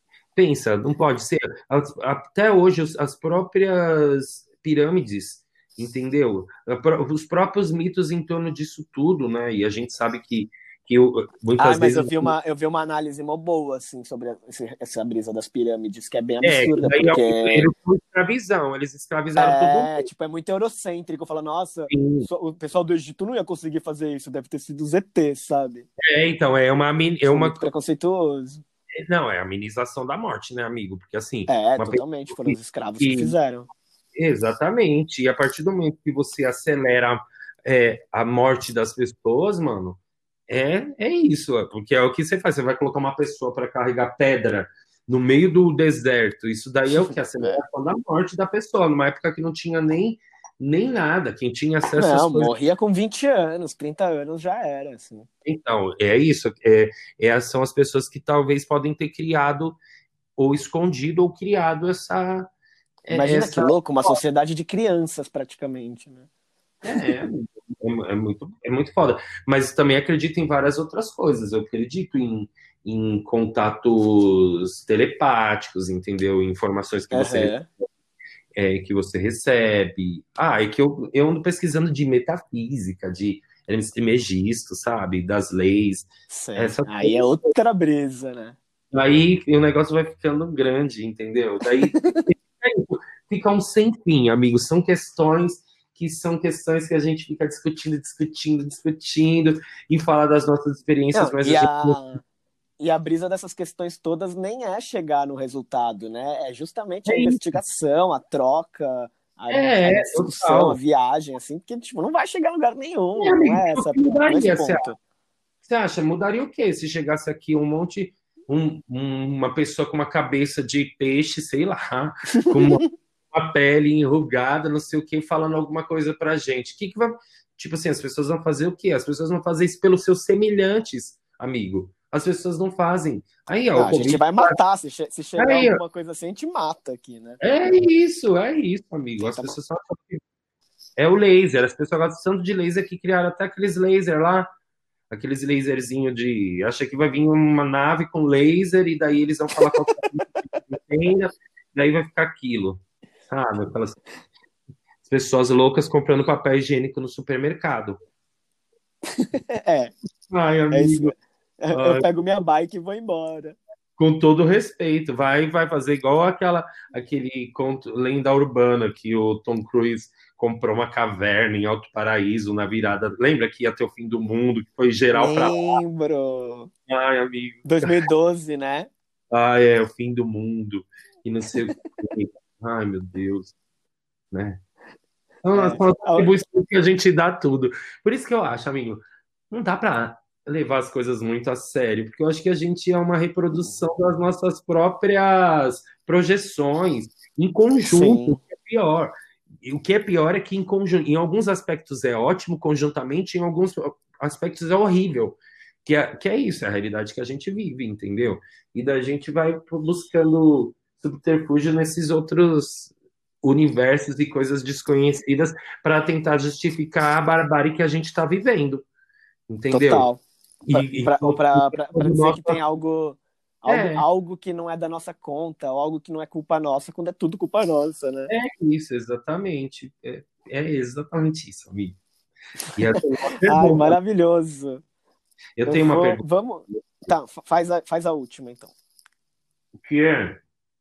Pensa, não pode ser. As- Até hoje, os- as próprias pirâmides entendeu? Os próprios mitos em torno disso tudo, né? E a gente sabe que, que eu, Ai, muitas mas vezes. eu vi uma, eu vi uma análise mó boa, assim, sobre a- esse- essa brisa das pirâmides, que é bem É, absurda, daí é um- porque eles são escravizão, eles escravizaram todo é, mundo. tipo, é muito eurocêntrico. Fala, nossa, Sim. só- o pessoal do Egito não ia conseguir fazer isso, deve ter sido os E T, sabe? É, então, é uma, ami- é Tipo, uma. muito preconceituoso. Não, é a amenização da morte, né, amigo? Porque assim, É, uma totalmente, pessoa foram que, os escravos que que fizeram. exatamente. E a partir do momento que você acelera é, a morte das pessoas, mano, é, é isso. é, Porque é o que você faz. Você vai colocar uma pessoa para carregar pedra no meio do deserto. Isso daí é o que? A É. aceleração da morte da pessoa. Numa época que não tinha nem, nem nada. Quem tinha acesso às Não, coisas. morria com vinte anos, trinta anos já era, assim. Então, é isso. É, é, são as pessoas que talvez podem ter criado, ou escondido, ou criado essa. é- Imagina que essa louco, uma sociedade de crianças, praticamente, né? É, é, é muito, é muito foda. Mas também acredito em várias outras coisas. Eu acredito em, em contatos telepáticos, entendeu? Em informações que você, Aham. é, que você recebe. Ah, é que eu, eu ando pesquisando de metafísica, de Hermes Trismegisto, sabe? Das leis. Sei. Essas Aí é coisas. outra brisa, né? Aí o negócio vai ficando grande, entendeu? Daí fica um sem fim, amigos. São questões que são questões que a gente fica discutindo, discutindo, discutindo e fala das nossas experiências, Não, mas a e gente não a, e a brisa dessas questões todas nem é chegar no resultado, né? É justamente a é isso. investigação, a troca, a, É, a é, discussão, a total. viagem, assim, porque, tipo, não vai chegar a lugar É, nenhum, não amigo, é o essa, que não é esse mudaria? Você ponto. você acha? Mudaria o quê? Se chegasse aqui um monte, um- um- uma pessoa com uma cabeça de peixe, sei lá, com uma, uma pele enrugada, não sei o quê, falando alguma coisa pra gente. O que que vai. Tipo assim, as pessoas vão fazer o quê? As pessoas vão fazer isso pelos seus semelhantes, amigo. As pessoas não fazem. Aí, ó, Não, o a gente Covid. vai matar, se, che- se chegar Aí, ó, alguma coisa assim, a gente mata aqui, né? é isso, é isso, amigo. As Tenta... pessoas só. É o laser. As pessoas gostam tanto de laser que criaram até aqueles laser lá, aqueles laserzinho de. Acha que vai vir uma nave com laser e daí eles vão falar qualquer coisa que entenda, daí vai ficar aquilo. Sabe? Aquelas pessoas loucas comprando papel higiênico no supermercado. É, Ai, é isso. amigo, Eu ai, pego minha bike e vou embora. com todo respeito, vai vai fazer igual aquela aquele conto, lenda urbana que o Tom Cruise comprou uma caverna em Alto Paraíso na virada. Lembra que ia ter o fim do mundo, que foi geral pra Lembro. lá. Ai, amigo. dois mil e doze, né? Ai, é o fim do mundo. E não sei o quê. Ai, meu Deus, né? Então, É. são as atribuições que a gente dá tudo. Por isso que eu acho, amigo, não dá pra levar as coisas muito a sério, porque eu acho que a gente é uma reprodução das nossas próprias projeções em conjunto, o Sim, que é pior. E o que é pior é que em, conjun... em alguns aspectos é ótimo conjuntamente, em alguns aspectos é horrível. Que é, que é isso, é a realidade que a gente vive, entendeu? E da gente vai buscando subterfúgio nesses outros universos e coisas desconhecidas para tentar justificar a barbárie que a gente está vivendo, entendeu? total. Pra, E, e pra, ou pra, pra, pra o dizer nosso que tem algo, algo, é, algo que não é da nossa conta, ou algo que não é culpa nossa, quando é tudo culpa nossa, né? é isso, exatamente. É, é exatamente isso, amigo. E eu tenho uma Ai, pergunta. maravilhoso. Eu Eu tenho uma vou. pergunta Vamos. Tá, fa- faz a, faz a última, então. que é,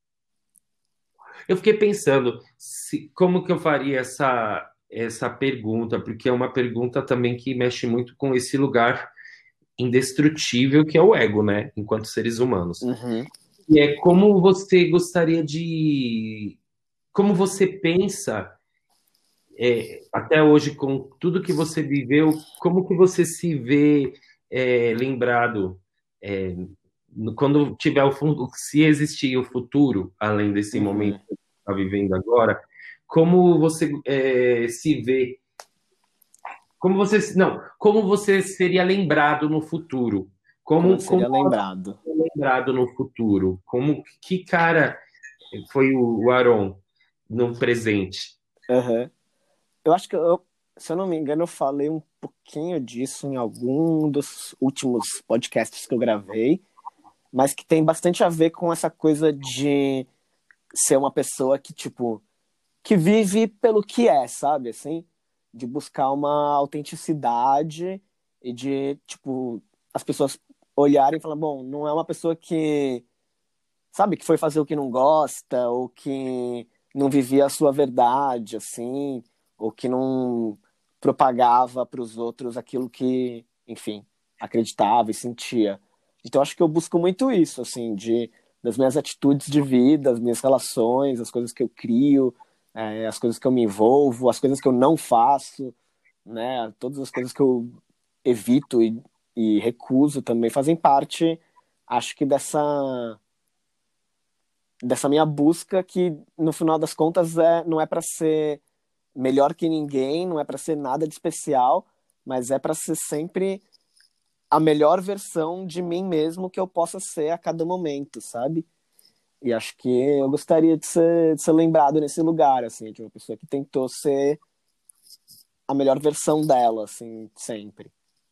eu fiquei pensando se, como que eu faria essa essa pergunta, porque é uma pergunta também que mexe muito com esse lugar indestrutível que é o ego, né, enquanto seres humanos. Uhum. E é como você gostaria de. Como você pensa, é, até hoje, com tudo que você viveu, como que você se vê é, lembrado é, no- quando tiver o fundo, se existir o futuro, além desse momento Uhum. que você está vivendo agora, como você é, se vê, como você, não, como você seria lembrado no futuro? Como Como, como seria lembrado? lembrado no futuro? Como que cara foi o, o Aron no presente? Uhum. Eu acho que eu, se eu não me engano, eu falei um pouquinho disso em algum dos últimos podcasts que eu gravei, mas que tem bastante a ver com essa coisa de ser uma pessoa que, tipo, que vive pelo que é, sabe? Assim, de buscar uma autenticidade e de, tipo, as pessoas olharem e falar, bom, não é uma pessoa que, sabe, que foi fazer o que não gosta, ou que não vivia a sua verdade, assim, ou que não propagava para os outros aquilo que, enfim, acreditava e sentia. Então acho que eu busco muito isso, assim, de das minhas atitudes de vida, as minhas relações, as coisas que eu crio, é, as coisas que eu me envolvo, as coisas que eu não faço, né? Todas as coisas que eu evito e, e recuso também fazem parte, acho que dessa dessa minha busca que no final das contas é não é para ser melhor que ninguém, não é para ser nada de especial, mas é para ser sempre a melhor versão de mim mesmo que eu possa ser a cada momento, sabe? E acho que eu gostaria de ser, de ser lembrado nesse lugar, assim, de uma pessoa que tentou ser a melhor versão dela, assim, sempre.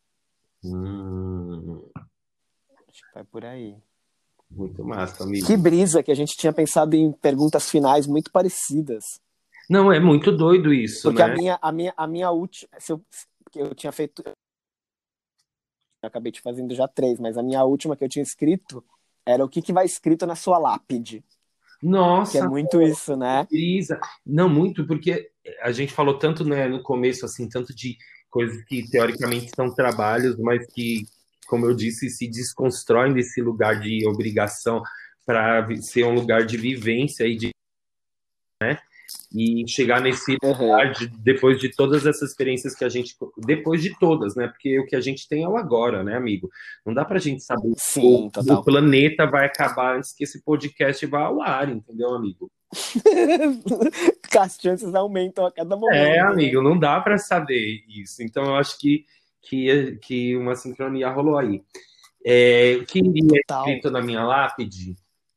Hum, Acho que vai por aí. muito massa, Que amigo. brisa que a gente tinha pensado em perguntas finais muito parecidas. Não, é muito doido isso, Porque a né? minha, a minha, a minha última. Se eu, que eu tinha feito. Eu acabei te fazendo já três, mas a minha última que eu tinha escrito era o que, que vai escrito na sua lápide. Que é Nossa, muito isso, né? brisa. Não, muito, porque a gente falou tanto, né, no começo, assim, tanto de coisas que teoricamente são trabalhos, mas que, como eu disse, se desconstroem desse lugar de obrigação para ser um lugar de vivência e de, né? E chegar nesse Uhum. lugar de, depois de todas essas experiências que a gente, depois de todas, né? Porque o que a gente tem é o agora, né, amigo? Não dá pra gente saber o, Sim, o total. planeta vai acabar antes que esse podcast vá ao ar, entendeu, amigo? As chances aumentam a cada É, momento, né? amigo, não dá para saber isso. Então, eu acho que, que, que uma sincronia rolou aí. É, o que iria Total. escrito na minha lápide?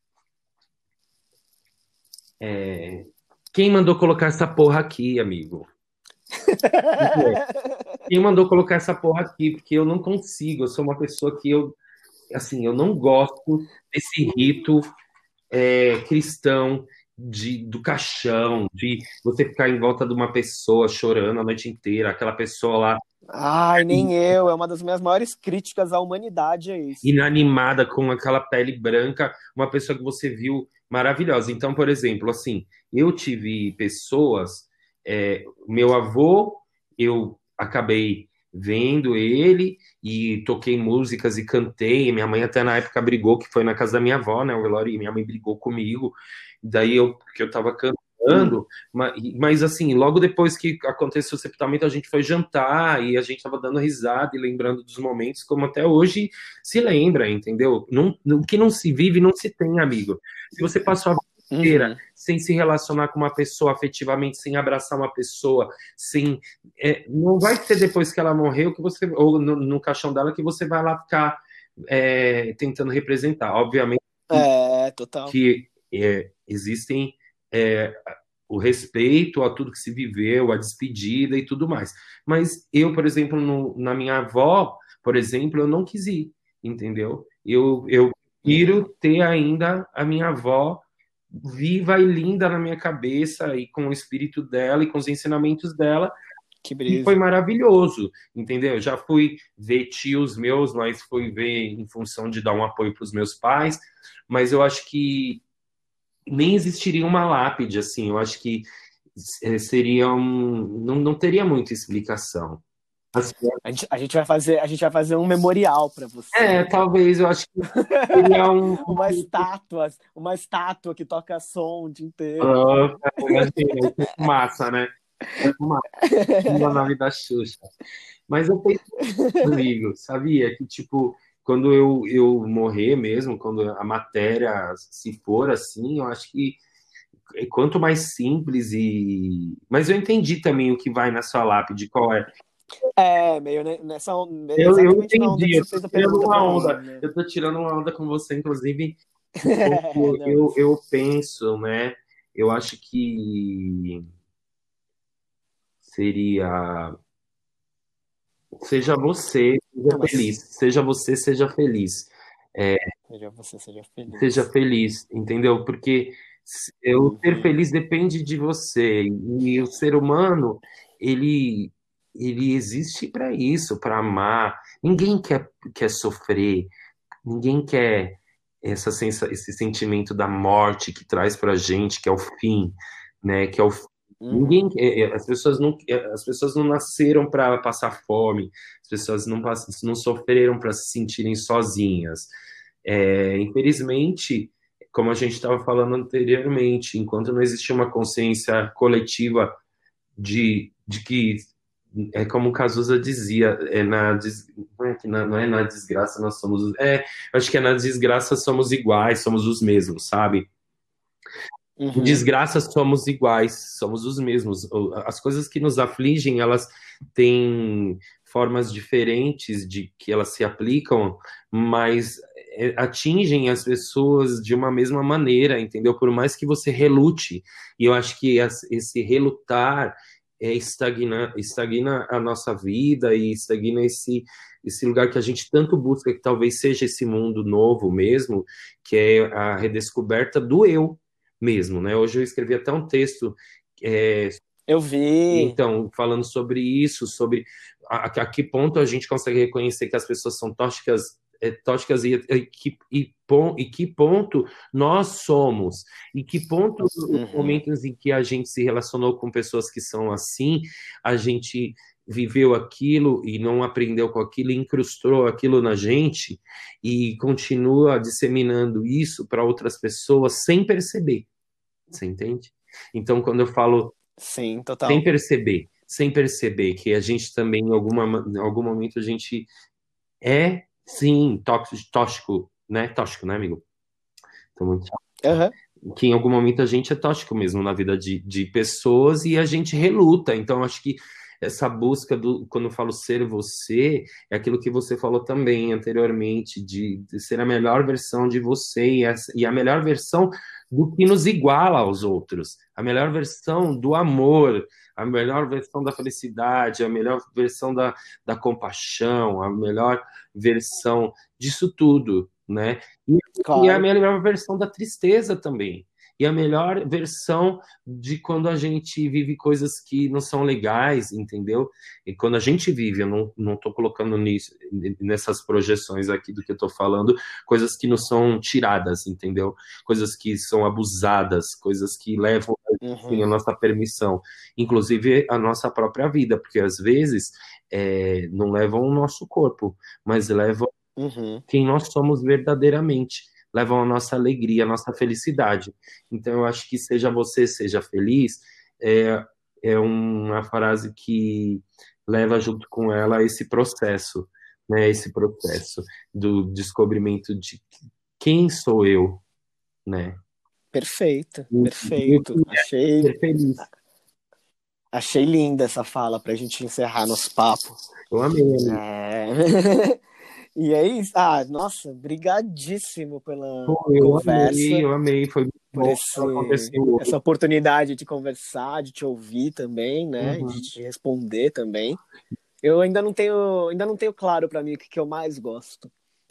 Quem mandou colocar essa porra aqui, amigo? Quem mandou colocar essa porra aqui? Porque eu não consigo. Eu sou uma pessoa que eu, assim, eu não gosto desse rito é, cristão de, do caixão, de você ficar em volta de uma pessoa chorando a noite inteira, aquela pessoa lá Ai, nem eu. É uma das minhas maiores críticas à humanidade, é isso. inanimada, com aquela pele branca, uma pessoa que você viu maravilhosa. Então, por exemplo, assim, eu tive pessoas, é, meu avô, eu acabei vendo ele e toquei músicas e cantei. Minha mãe até na época brigou, que foi na casa da minha avó, né, o velório, e minha mãe brigou comigo. Daí eu, que eu tava Hum. cantando, mas, mas assim, logo depois que aconteceu o sepultamento, a gente foi jantar e a gente tava dando risada e lembrando dos momentos, como até hoje se lembra, entendeu? Não, o que não se vive, não se tem, amigo. Se você passou a vida inteira Uhum. sem se relacionar com uma pessoa afetivamente, sem abraçar uma pessoa, sem. É, não vai ser depois que ela morreu que você, ou no, no caixão dela, que você vai lá ficar é, tentando representar. Obviamente É, total. que é, existem é, o respeito a tudo que se viveu, a despedida e tudo mais. Mas eu, por exemplo, no, na minha avó, por exemplo, eu não quis ir, entendeu? Eu, eu Uhum. prefiro ter ainda a minha avó viva e linda na minha cabeça e com o espírito dela e com os ensinamentos dela, Que e foi brisa. maravilhoso, entendeu? Eu já fui ver tios meus, mas fui ver em função de dar um apoio para os meus pais, mas eu acho que nem existiria uma lápide, assim, eu acho que é, seria um, não, não teria muita explicação. Assim, A gente, a gente vai fazer, a gente vai fazer um memorial para você. é, talvez, eu acho que seria um, Uma estátua, uma estátua que toca som o dia inteiro, ah, assim. imagina, que massa, né? Massa, o nome da Xuxa. Mas eu penso, amigo, sabia que, tipo, quando eu, eu morrer mesmo, quando a matéria se for assim, eu acho que quanto mais simples e. Mas eu entendi também o que vai na sua lápide, qual é. É, meio nessa, Eu, eu exatamente na onda que entendi, eu você tô fez a tirando pergunta uma para onda, mim, né? eu tô tirando uma onda com você, inclusive, eu, Não, eu, eu penso, né? Eu acho que seria seja você, seja não, mas feliz, seja você, seja feliz. seja você, seja Seja feliz. feliz, entendeu? Porque Eu ser Uhum. feliz depende de você. E o ser humano, ele, ele existe para isso, para amar. Ninguém quer, quer sofrer, ninguém quer essa sensa, esse sentimento da morte que traz para a gente, que é o fim, né? Que é o ninguém, Uhum. é, é, as pessoas não, é, as pessoas não nasceram para passar fome, as pessoas não, pass- não sofreram para se sentirem sozinhas. É, infelizmente, como a gente estava falando anteriormente, enquanto não existe uma consciência coletiva de, de que é como o Cazuza dizia, é na, des- não, é que na, não é na desgraça nós somos, os- é, acho que é na desgraça somos iguais, somos os mesmos, sabe? Em Uhum. desgraça somos iguais, somos os mesmos. As coisas que nos afligem, elas têm formas diferentes de que elas se aplicam, mas é, atingem as pessoas de uma mesma maneira, entendeu? Por mais que você relute, e eu acho que esse relutar é, estagna, estagna a nossa vida e estagna esse, esse lugar que a gente tanto busca, que talvez seja esse mundo novo mesmo, que é a redescoberta do eu mesmo, né? Hoje eu escrevi até um texto, é, Eu vi. então, falando sobre isso, sobre a, a que ponto a gente consegue reconhecer que as pessoas são tóxicas, é, tóxicas e, e, que, e, pon, e que ponto nós somos, e que ponto, nos Uhum. momentos em que a gente se relacionou com pessoas que são assim, a gente viveu aquilo e não aprendeu com aquilo, incrustou aquilo na gente e continua disseminando isso para outras pessoas sem perceber. Você entende? Então, quando eu falo Sim, sem total. perceber, sem perceber que a gente também, em, alguma, em algum momento, a gente é, sim, tóxico, tóxico, né? Tóxico, né, amigo? Tô muito chato. Aham. Que em algum momento a gente é tóxico mesmo na vida de, de pessoas e a gente reluta. Então, acho que essa busca do, quando eu falo ser você, é aquilo que você falou também anteriormente, de, de ser a melhor versão de você e, essa, e a melhor versão do que nos iguala aos outros, a melhor versão do amor, a melhor versão da felicidade, a melhor versão da, da compaixão, a melhor versão disso tudo, né? E é a Claro. melhor versão da tristeza também. E a melhor versão de quando a gente vive coisas que não são legais, entendeu? E quando a gente vive, eu não, não tô colocando nisso, nessas projeções aqui do que eu tô falando, coisas que não são tiradas, entendeu? Coisas que são abusadas, coisas que levam assim, a Uhum. nossa permissão, inclusive a nossa própria vida, porque às vezes é, não levam o nosso corpo, mas levam Uhum. quem nós somos verdadeiramente, levam a nossa alegria, a nossa felicidade. Então, eu acho que seja você, seja feliz, é, é uma frase que leva junto com ela esse processo, né? Esse processo do descobrimento de quem sou eu, né? Perfeito, E o perfeito. que é Achei, ser feliz. achei linda essa fala pra gente encerrar nosso papo. Eu amei, amigo. É... E é isso. Ah, nossa, brigadíssimo pela Pô, eu amei, conversa, eu amei. Foi muito por bom que esse, aconteceu hoje. essa oportunidade de conversar, de te ouvir também, né? De Uhum. te responder também. Eu ainda não tenho, ainda não tenho claro pra mim o que, que eu mais gosto.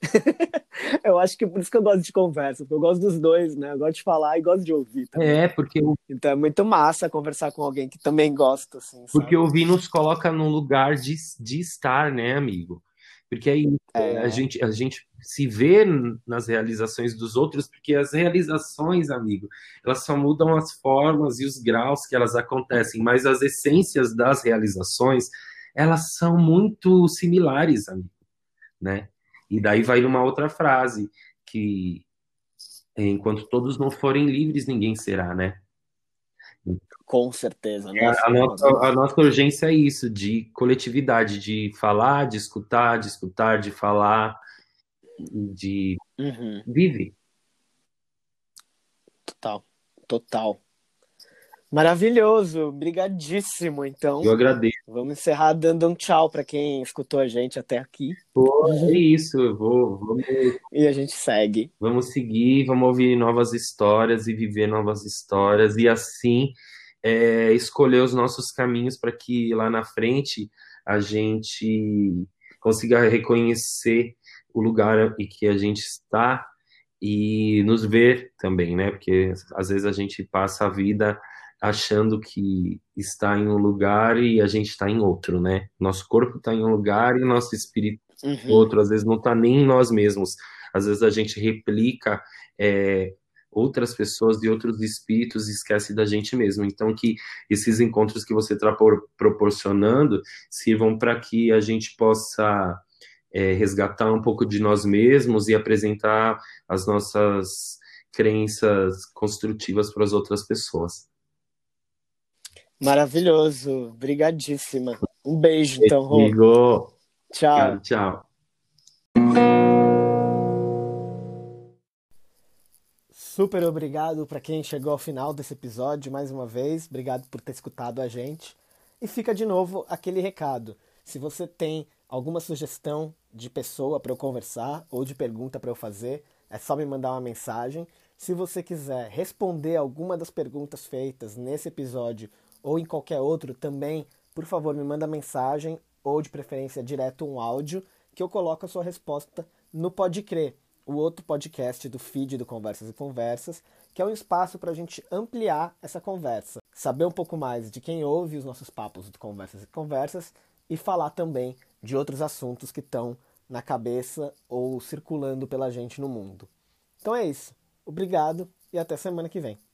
Eu acho que por isso que eu gosto de conversa, porque eu gosto dos dois, né? Eu gosto de falar e gosto de ouvir também. É, porque Então é muito massa conversar com alguém que também gosta, assim, Porque sabe? ouvir nos coloca num lugar de, de estar, né, amigo? Porque aí a É. gente, a gente se vê nas realizações dos outros, porque as realizações, amigo, elas só mudam as formas e os graus que elas acontecem, mas as essências das realizações, elas são muito similares, amigo, né? E daí vai numa outra frase, que enquanto todos não forem livres, ninguém será, né? Com certeza, A nossa, nossa, concordo. a nossa urgência é isso, de coletividade, de falar, de escutar, de escutar, de falar, de Uhum, vive. total, total. Maravilhoso, brigadíssimo. Então, Eu agradeço. vamos encerrar dando um tchau para quem escutou a gente até aqui Pô, é isso, eu vou, vamos, e a gente segue. vamos seguir, vamos ouvir novas histórias e viver novas histórias e assim é, escolher os nossos caminhos para que lá na frente a gente consiga reconhecer o lugar em que a gente está e nos ver também, né? Porque às vezes a gente passa a vida achando que está em um lugar e a gente está em outro, né? Nosso corpo está em um lugar e nosso espírito em Uhum. outro. Às vezes não está nem em nós mesmos. Às vezes a gente replica é, outras pessoas e outros espíritos e esquece da gente mesmo. Então que esses encontros que você está proporcionando sirvam para que a gente possa é, resgatar um pouco de nós mesmos e apresentar as nossas crenças construtivas para as outras pessoas. Maravilhoso. Obrigadíssima. Um beijo, então, Rô. Amigo, Tchau. obrigado, tchau. Super obrigado para quem chegou ao final desse episódio mais uma vez. Obrigado por ter escutado a gente. E fica de novo aquele recado. Se você tem alguma sugestão de pessoa para eu conversar ou de pergunta para eu fazer, é só me mandar uma mensagem. Se você quiser responder alguma das perguntas feitas nesse episódio ou em qualquer outro também, por favor, me manda mensagem ou de preferência direto um áudio que eu coloco a sua resposta no Pode Crer, o outro podcast do feed do Conversas e Conversas, que é um espaço para a gente ampliar essa conversa, saber um pouco mais de quem ouve os nossos papos do Conversas e Conversas e falar também de outros assuntos que estão na cabeça ou circulando pela gente no mundo. Então é isso. Obrigado e até semana que vem.